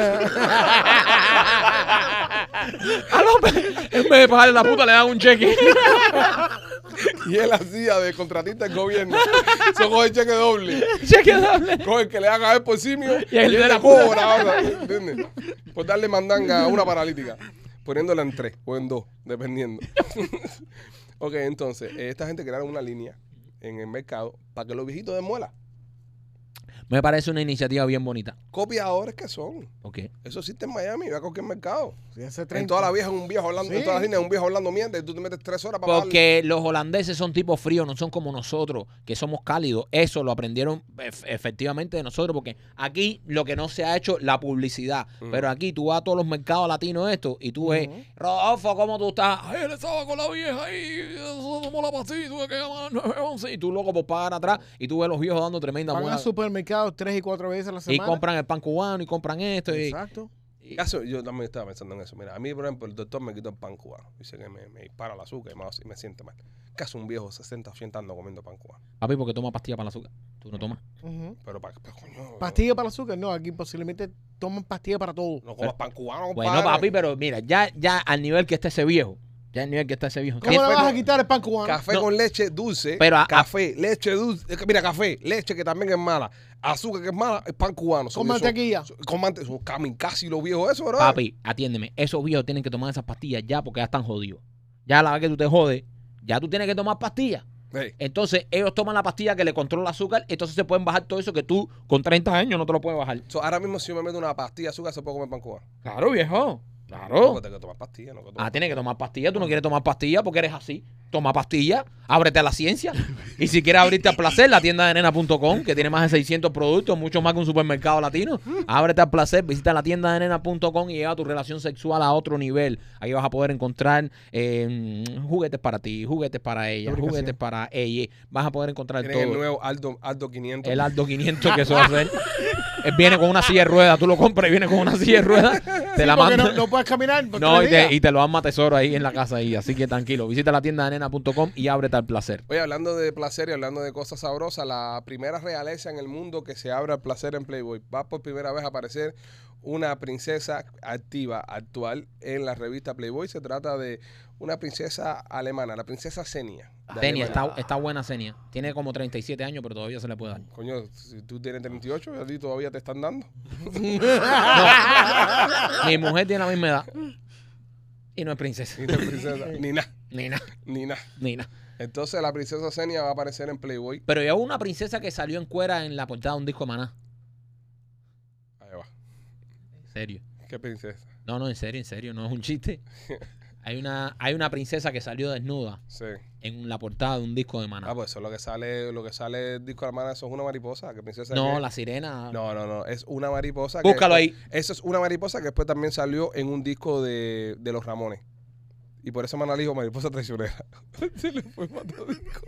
A López, en vez de pagarle la puta, le dan un cheque. Y él hacía de contratista del gobierno. Se coge el cheque doble. Cheque doble. Coge el que le haga a él por simio Y el de él la le cobra, o sea, ¿entiendes? Por darle mandanga a una paralítica. Poniéndola en tres o en dos, dependiendo. Ok, entonces, eh, esta gente crearon una línea en el mercado para que los viejitos den muela. Me parece una iniciativa bien bonita. Copiadores que son. Ok. Eso existe en Miami, ve a cualquier mercado. Sí, hace En treinta. todas las viejas un viejo hablando, en Sí. todas las líneas un viejo hablando mierda y tú te metes tres horas para Porque los holandeses son tipos fríos, no son como nosotros, que somos cálidos. Eso lo aprendieron ef- efectivamente de nosotros, porque aquí lo que no se ha hecho, la publicidad. Ujú. Pero aquí tú vas a todos los mercados latinos esto y tú ves, Ujú. Rodolfo, ¿cómo tú estás? Ay, él estaba con la vieja ahí, eso tomó la pastilla, tuve que llamar al nueve once. Y tú loco por pagar atrás y tú ves los viejos dando tremenda Van muela. al supermercado tres y cuatro veces a la Y semana. compran el pan cubano y compran esto. Y, Exacto. y- Caso, yo también estaba pensando en eso. Mira, a mí, por ejemplo, el doctor me quitó el pan cubano. Dice que me, me dispara el azúcar y me, y me siente mal. Caso un viejo sesenta, ochenta años comiendo pan cubano. papi, porque toma pastilla para el azúcar. Tú no tomas. Ujú. Pero, para, pero coño. Pastilla para el azúcar, no, aquí posiblemente toman pastilla para todo. No comas pan cubano, Bueno, compadre. papi, pero mira, ya, ya al nivel que está ese viejo, ya al nivel que está ese viejo. ¿Cómo ¿qué- le vas a con- quitar el pan cubano? Café No. con leche dulce. Pero a- café, leche dulce. Es que Mira, café, leche que también es mala. Azúcar que es mala, es pan cubano. Con Son- mantequilla. son- Con mantequilla. Son kamikaze los viejos eso, bro. Papi, atiéndeme. Esos viejos tienen que tomar esas pastillas ya porque ya están jodidos. Ya a la vez que tú te jodes, ya tú tienes que tomar pastillas. Hey, Entonces, ellos toman la pastilla que le controla el azúcar, entonces se pueden bajar todo eso que tú con treinta años no te lo puedes bajar. so, ahora mismo si yo me meto una pastilla de azúcar, se puede comer pan cubano. Claro, viejo. No, Claro. porque tengo que tomar pastilla, no que tomar Ah, tienes que tomar pastillas. Tú no quieres tomar pastillas porque eres así. Toma pastillas, ábrete a la ciencia. Y si quieres abrirte al placer, la tienda de nena punto com, que tiene más de seiscientos productos, mucho más que un supermercado latino. Ábrete al placer, visita la tienda de nena punto com y lleva tu relación sexual a otro nivel. Ahí vas a poder encontrar eh, juguetes para ti, juguetes para ella, Lubricación. juguetes para ella. Vas a poder encontrar Tienen el todo. nuevo Aldo, Aldo quinientos. El Aldo quinientos que eso va a hacer. Él viene con una silla de ruedas, tú lo compras y viene con una silla de ruedas. Te la Porque manda. no, no puedes caminar. por No, tres y te, días. y te lo dan más tesoro ahí en la casa ahí, así que tranquilo. Visita la tienda de nena punto com y ábrete al placer. Oye, hablando de placer y hablando de cosas sabrosas, la primera realeza en el mundo que se abre al placer en Playboy. Va por primera vez a aparecer una princesa activa, actual, en la revista Playboy. Se trata de una princesa alemana, la princesa Xenia. de Senia, Alemania. está, está buena Senia. Tiene como treinta y siete años, pero todavía se le puede dar. Coño, si tú tienes treinta y ocho, a ti todavía te están dando. Mi mujer tiene la misma edad. Y no es princesa. Ni de princesa, ni nada, Ni nada, ni nada. ni nada. Entonces la princesa Xenia va a aparecer en Playboy. Pero ya hubo una princesa que salió en cuera en la portada de un disco de Maná. Ahí va. En serio. ¿Qué princesa? No, no, en serio, en serio. No es un chiste. Hay una, hay una princesa que salió desnuda Sí. en la portada de un disco de Maná. Ah, pues eso es lo que sale, lo que sale del disco de hermana, eso es una mariposa. ¿Qué princesa no, qué? la sirena. No, no, no, es una mariposa. que Búscalo después- ahí. Eso es una mariposa que después también salió en un disco de, de los Ramones. Y por eso Maná le dijo mariposa traicionera. Se le fue matado disco.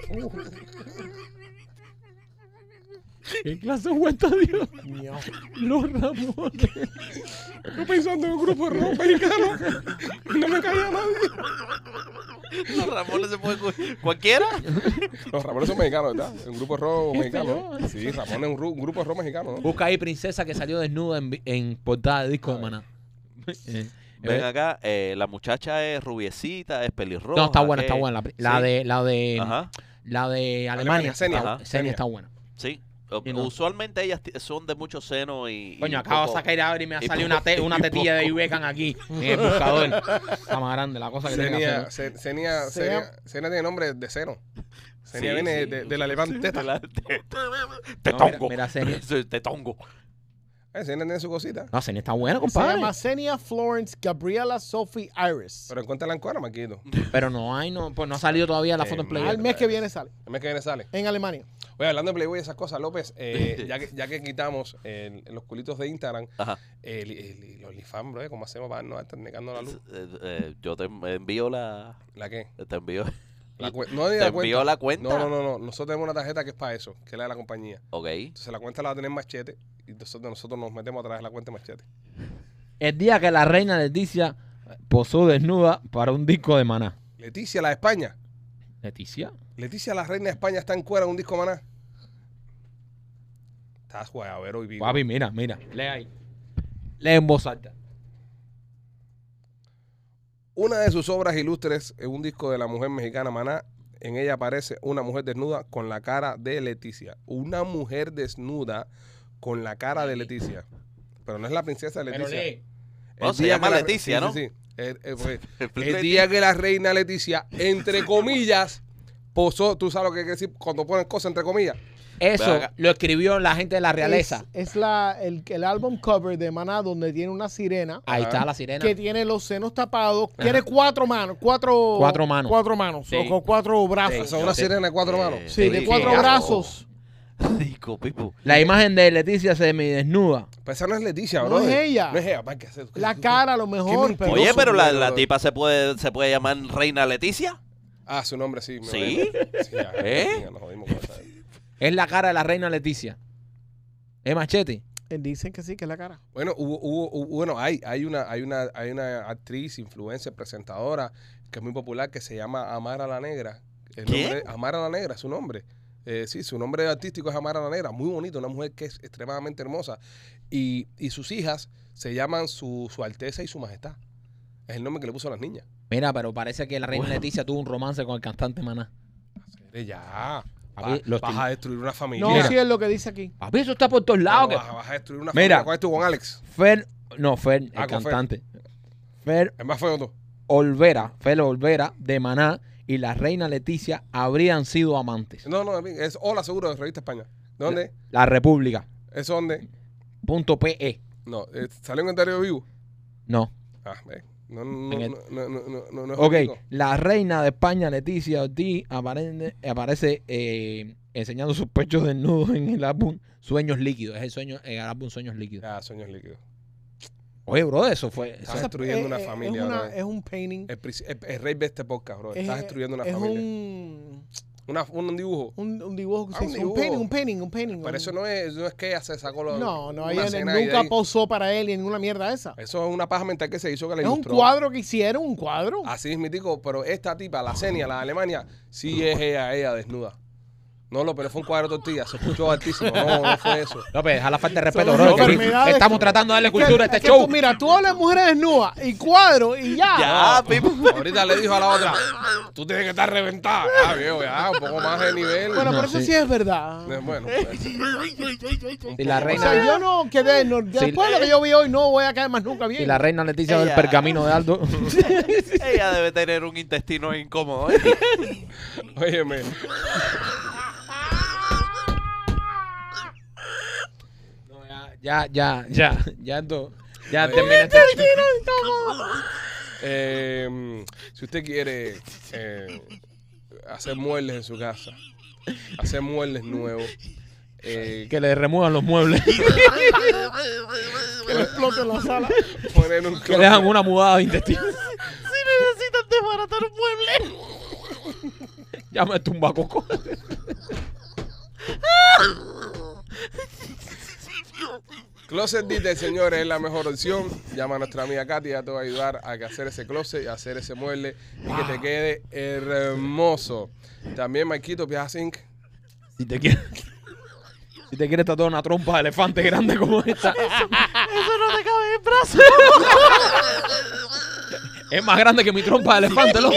¿Qué clase de vuelta dio? Miau. Los Ramones. Estoy pensando en un grupo de rock mexicano y no me caía nadie. Los Ramones se puede cu- cualquiera. Los Ramones son mexicanos, ¿verdad? Un grupo de rock Qué mexicano. feo. Sí, Ramones es un, ru- un grupo de rock mexicano, ¿no? Busca ahí princesa que salió desnuda en, vi- en portada de disco de Maná. Eh, Ven eh, acá, eh, la muchacha es rubiecita, es pelirroja. No, está buena, ¿qué? está buena. La, pri- la Sí. de la de Ajá, la de Alemania, Alemania. Xenia. está- Ajá. Xenia está buena. sí. O- Y no. Usualmente ellas ti- son de mucho seno y. y Coño, un acabo de poco- sacar ahora y me ha y salido poco- una, te- una y tetilla de poco- Ibecan aquí en el buscador. Está más grande la cosa que tiene que Xenia, hacer. Ce- Xenia, Se Xenia, llama- Xenia tiene nombre de seno. Xenia Sí, viene sí. de, de la levanteta. De la- te- No, te mira- tongo. mira, Xenia. Te tongo. Eh, Xenia tiene su cosita. No, Xenia está buena, Se compadre. llama Xenia Florence Gabriela Sophie Iris. Pero encuentra en Cuara, Marquito. Pero no hay, no, pues no ha salido todavía la Eh, foto en mal. Playboy. Al mes que viene sale. El mes que viene sale. En Alemania. Oye, hablando de Playboy y esas cosas, López, eh, ya, que, ya que quitamos el- los culitos de Instagram, Ajá. el, el, el OnlyFans, bro, ¿cómo hacemos para no estar negando la luz? Eh, eh, yo te envío la. ¿La qué? Te envío. La cue- no, ni ¿Te la envío cuenta. la cuenta? No, no, no, no. Nosotros tenemos una tarjeta que es para eso, que es la de la compañía. Ok. Entonces la cuenta la va a tener Machete y nosotros, nosotros nos metemos a través de la cuenta de Machete. El día que la reina Leticia posó desnuda para un disco de Maná. Leticia, la de España. ¿Leticia? Leticia, la reina de España, está en cuera en un disco maná. Estás guayabero y vivo. Papi, mira, mira. Lee ahí. Lee en voz alta. Una de sus obras ilustres es un disco de la mujer mexicana Maná. En ella aparece una mujer desnuda con la cara de Leticia. Una mujer desnuda con la cara de Leticia. Pero no es la princesa Leticia. lee. No, El se día llama que la- Leticia, sí, ¿no? sí, sí. El, el- pues, el Leticia. día que la reina Leticia, entre comillas, posó, tú sabes lo que quiere decir cuando ponen cosas entre comillas. Eso Ven acá. lo escribió la gente de la realeza. Es, es la, el, el álbum cover de Maná donde tiene una sirena Ahí Ajá. está la sirena. que tiene los senos tapados. Tiene cuatro manos. Cuatro, Cuatro manos. Cuatro manos. Sí. O cuatro brazos. Son una sí. sirena de cuatro Eh, manos. Sí, de Sí, cuatro sí. brazos. Rico, Pipo. La imagen de Leticia semidesnuda. Pues esa no es Leticia, No bro. es ella. No es ella. ¿Para qué hacer? La cara a lo mejor. Qué Pero Oye, mentiroso, pero la, bro. la tipa se puede, se puede llamar Reina Leticia. Ah, su nombre sí. me ¿Sí? vale. Sí, ya, ¿Eh? ya nos jodimos con esa. Es la cara de la reina Leticia. ¿Es Machete? Eh, dicen que sí, que es la cara. Bueno, hubo, hubo, hubo- bueno, hay, hay una, hay una, hay una actriz, influencer, presentadora que es muy popular que se llama Amara la Negra. El ¿Quién? nombre- Amara la Negra, es su nombre. Eh, sí, su nombre artístico es Amara la Negra, muy bonito, una mujer que es extremadamente hermosa. Y, y sus hijas se llaman su, su Alteza y su Majestad. Es el nombre que le puso a las niñas. Mira, pero parece que la reina Bueno. Leticia tuvo un romance con el cantante Maná. Eh, Ya, Papi, va- los vas tim- a destruir una familia. No, Mira. sí es lo que dice aquí. Papi, eso está por todos lados. que- vas, vas a destruir una Mira. familia. ¿Cuál es tu con Alex? Fer, no, Fer, el Ah, con Fer. cantante. Fer Es más feo tú. Olvera, Fer Olvera de Maná y la reina Leticia habrían sido amantes. No, no, es Hola Seguro de Revista España. ¿De dónde? La República. ¿Eso dónde? Punto P E. No, eh, ¿salió en el diario vivo? No. Ah, ve. No, no, En el- no, no, no, no, no, no es Ok, rico. la reina de España, Leticia Ortiz, aparece, aparece eh, enseñando sus pechos desnudos en el álbum Sueños Líquidos. Es el, sueño, el álbum Sueños Líquidos. Ya, sueños líquidos. Oye, bro, eso fue... Estás eso- destruyendo Eh, una eh, familia, Es, una- bro. es un painting. El, princi- el- el rey de este podcast, bro. Es- Estás destruyendo una es familia. un, Una, un dibujo. un, un dibujo que Ah, se un hizo. dibujo. Un painting, un painting, un painting. Pero un- eso no es, no es que ella se sacó los. No, no, una ella escena ahí de nunca ahí. posó para él ni ninguna mierda esa. Eso es una paja mental que se hizo que le Es un ilustró. cuadro que hicieron, un cuadro. Así es mi tico, pero esta tipa, la Xenia, la de Alemania, sí es ella, ella desnuda. No, lo, pero fue un cuadro de tortilla, se escuchó altísimo. No, no fue eso. López, deja la falta de respeto, Son bro. las que enfermedades estamos que- tratando de darle Es que- cultura a es este que show. tú, mira, tú hablas de mujeres desnudas y cuadros y ya. Ya, Pipo. Ahorita le dijo a la otra, tú tienes que estar reventada. Ya, viejo, ya, un poco más de nivel. Bueno, No, pero eso sí. sí es verdad. Eh, Bueno, pues, Y la O reina, sea, yo no quedé, no, después de lo que yo vi hoy, no voy a caer más nunca bien. y la reina Leticia del Ella- pergamino de Aldo. Ella debe tener un intestino incómodo. ¿eh? óyeme. No, ya, ya, ya, ya, ya, esto- ya termina este Eh, si usted quiere eh, hacer muebles en su casa, hacer muebles nuevos, eh, que le remuevan los muebles, Que le explote en la sala. poner un que le hagan una mudada de intestino. Si necesitan desbaratar un mueble. Llama al tumbacoco. Closet Detail, señores, es la mejor opción. Llama a nuestra amiga Katy, ya te va a ayudar a que hacer ese closet y hacer ese mueble y que te quede hermoso. También Marquito Piajas Incorporated. Si te quieres, si te quieres tatuar una trompa de elefante grande como esta, Eso no te cabe en el brazo. es más grande que mi trompa de elefante, loco.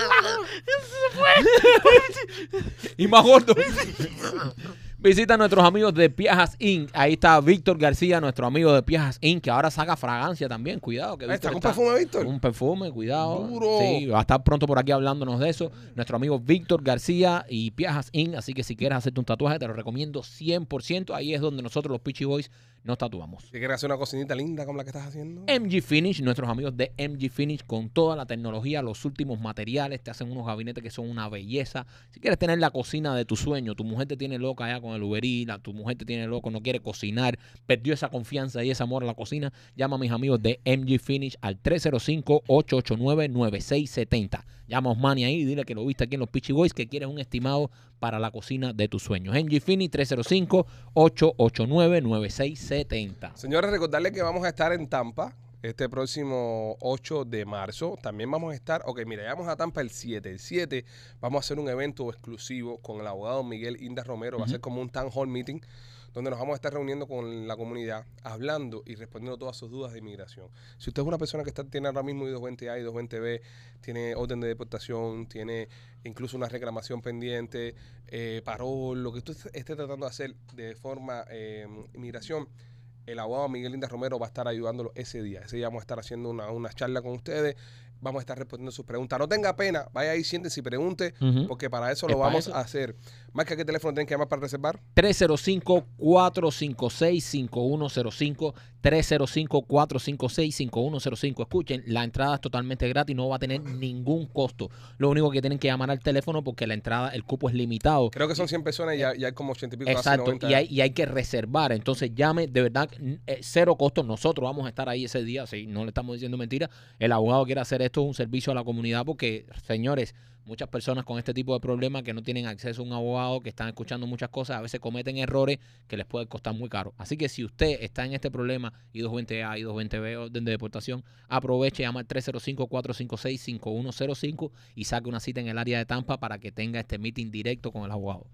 Y más gordo. Visita a nuestros amigos de Piajas Incorporated. Ahí está Víctor García, nuestro amigo de Piajas Incorporated, que ahora saca fragancia también. Cuidado. Que Ahí está, Víctor ¿con perfume, Víctor? Un perfume, cuidado. Duro. Sí, va a estar pronto por aquí hablándonos de eso. Nuestro amigo Víctor García y Piajas Incorporated. Así que si quieres hacerte un tatuaje, te lo recomiendo cien por ciento. Ahí es donde nosotros, los Peachy Boys, nos tatuamos. Si quieres hacer una cocinita linda como la que estás haciendo. M G Finish, nuestros amigos de M G Finish con toda la tecnología, los últimos materiales, te hacen unos gabinetes que son una belleza. Si quieres tener la cocina de tu sueño, tu mujer te tiene loca allá con el Uber Eats, tu mujer te tiene loco, no quiere cocinar, perdió esa confianza y ese amor a la cocina, llama a mis amigos de M G Finish al tres cero cinco, ocho ocho nueve, nueve seis siete cero. Llama a Osmani ahí y dile que lo viste aquí en los Peachy Boys, que quieres un estimado para la cocina de tus sueños. M G Finish tres cero cinco, ocho ocho nueve, nueve seis siete cero. Señores, recordarles que vamos a estar en Tampa este próximo ocho de marzo. También vamos a estar, ok, mira, vamos a Tampa el siete. El siete vamos a hacer un evento exclusivo con el abogado Miguel Inda Romero. Va a ser como un town hall meeting donde nos vamos a estar reuniendo con la comunidad, hablando y respondiendo todas sus dudas de inmigración. Si usted es una persona que está, tiene ahora mismo I dos veinte A, I dos veinte B, tiene orden de deportación, tiene incluso una reclamación pendiente, eh, parol, lo que usted esté tratando de hacer de forma eh, inmigración, el abogado Miguel Inda Romero va a estar ayudándolo ese día. Ese día vamos a estar haciendo una, una charla con ustedes. Vamos a estar respondiendo sus preguntas. No tenga pena, vaya ahí, siéntese y pregunte, Ujú. porque para eso Es lo para vamos eso. a hacer. Marca, ¿qué teléfono tienen que llamar para reservar? tres cero cinco, cuatro cinco seis, cinco uno cero cinco, tres cero cinco, cuatro cinco seis, cinco uno cero cinco. Escuchen, la entrada es totalmente gratis, no va a tener ningún costo. Lo único que tienen que llamar al teléfono porque la entrada, el cupo es limitado. Creo que son cien personas y ya, ya hay como ochenta y pico, casi Exacto, noventa. y hay, y hay que reservar. Entonces llame, de verdad, n- eh, cero costo. Nosotros vamos a estar ahí ese día, sí, no le estamos diciendo mentira. El abogado quiere hacer esto, un servicio a la comunidad, porque, señores, muchas personas con este tipo de problemas que no tienen acceso a un abogado, que están escuchando muchas cosas, a veces cometen errores que les puede costar muy caro. Así que si usted está en este problema, I dos veinte A, I dos veinte B, orden de deportación, aproveche, llama al tres cero cinco, cuatro cinco seis, cinco uno cero cinco y saque una cita en el área de Tampa para que tenga este meeting directo con el abogado.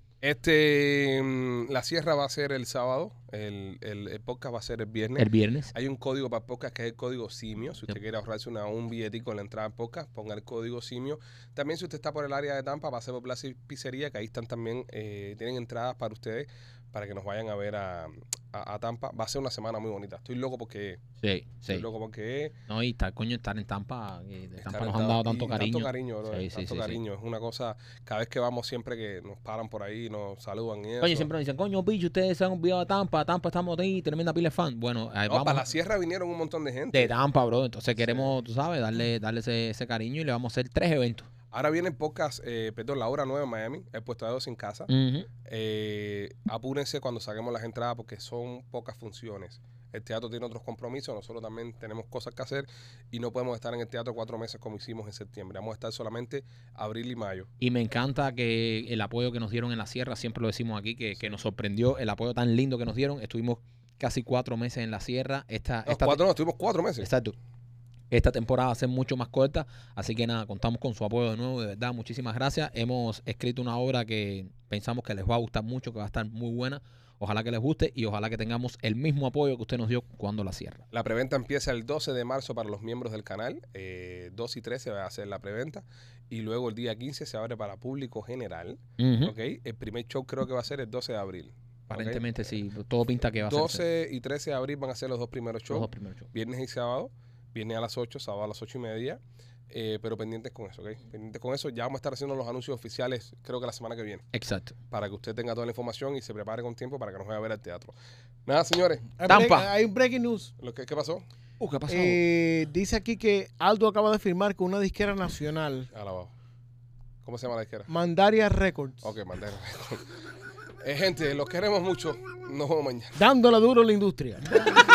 Este, mm, la sierra va a ser el sábado, el, el, el podcast va a ser el viernes. El viernes. Hay un código para podcast que es el código SIMIO. Si usted Yep. quiere ahorrarse una, un billetico en la entrada al podcast, ponga el código SIMIO. También si usted está por el área de Tampa, pase por Plaza y Pizzería, que ahí están también, eh, tienen entradas para ustedes, para que nos vayan a ver a, a, a Tampa. Va a ser una semana muy bonita. Estoy loco porque Sí, estoy sí. loco porque No, y está, coño, estar en Tampa, eh, de estar Tampa nos en han dado Tampa- tanto y cariño. Tanto cariño, bro, Sí, sí, tanto sí, sí. cariño. Es una cosa, cada vez que vamos siempre que nos paran por ahí, nos saludan y eso. Coño, siempre nos dicen, coño, bicho, ustedes se han olvidado de Tampa, Tampa estamos ahí, tremenda pila de fan. Bueno, eh, No, vamos para la sierra vinieron un montón de gente. de Tampa, bro. Entonces queremos, tú sabes, darle, darle ese, ese cariño y le vamos a hacer tres eventos. Ahora viene el podcast, eh, perdón, la hora nueva en Miami, el puesto de dos sin casa. Ujú. Eh, apúrense cuando saquemos las entradas porque son pocas funciones. El teatro tiene otros compromisos, nosotros también tenemos cosas que hacer y no podemos estar en el teatro cuatro meses como hicimos en septiembre. Vamos a estar solamente abril y mayo. Y me encanta que el apoyo que nos dieron en la sierra, siempre lo decimos aquí, que, que nos sorprendió el apoyo tan lindo que nos dieron. Estuvimos casi cuatro meses en la sierra. Esta, No, esta, cuatro, no, estuvimos cuatro meses. Exacto. Esta temporada va a ser mucho más corta, así que nada, contamos con su apoyo de nuevo, de verdad, muchísimas gracias. Hemos escrito una obra que pensamos que les va a gustar mucho, que va a estar muy buena. Ojalá que les guste y ojalá que tengamos el mismo apoyo que usted nos dio cuando la cierra. La preventa empieza el doce de marzo para los miembros del canal. Eh, dos y trece va a ser la preventa. Y luego el día quince se abre para público general. Ujú. ¿Ok? El primer show creo que va a ser el doce de abril. ¿ok? Aparentemente sí, todo pinta que va a ser doce y trece de abril van a ser los dos primeros los shows. dos primeros shows. Viernes y sábado. Viernes a las ocho, sábado a las ocho y media. Eh, pero pendientes con eso, ¿ok? Pendientes con eso. Ya vamos a estar haciendo los anuncios oficiales, creo que la semana que viene. Exacto. Para que usted tenga toda la información y se prepare con tiempo para que nos vaya a ver al teatro. Nada, señores. Hay Tampa. break- hay un breaking news. Lo que, ¿Qué pasó? Uh, ¿qué pasó? Eh, dice aquí que Aldo acaba de firmar con una disquera nacional, Alabado. ¿Cómo se llama la izquierda? Mandaria Records, Ok, mandé. eh, gente, los queremos mucho. Nos vemos mañana. dándole duro a la industria.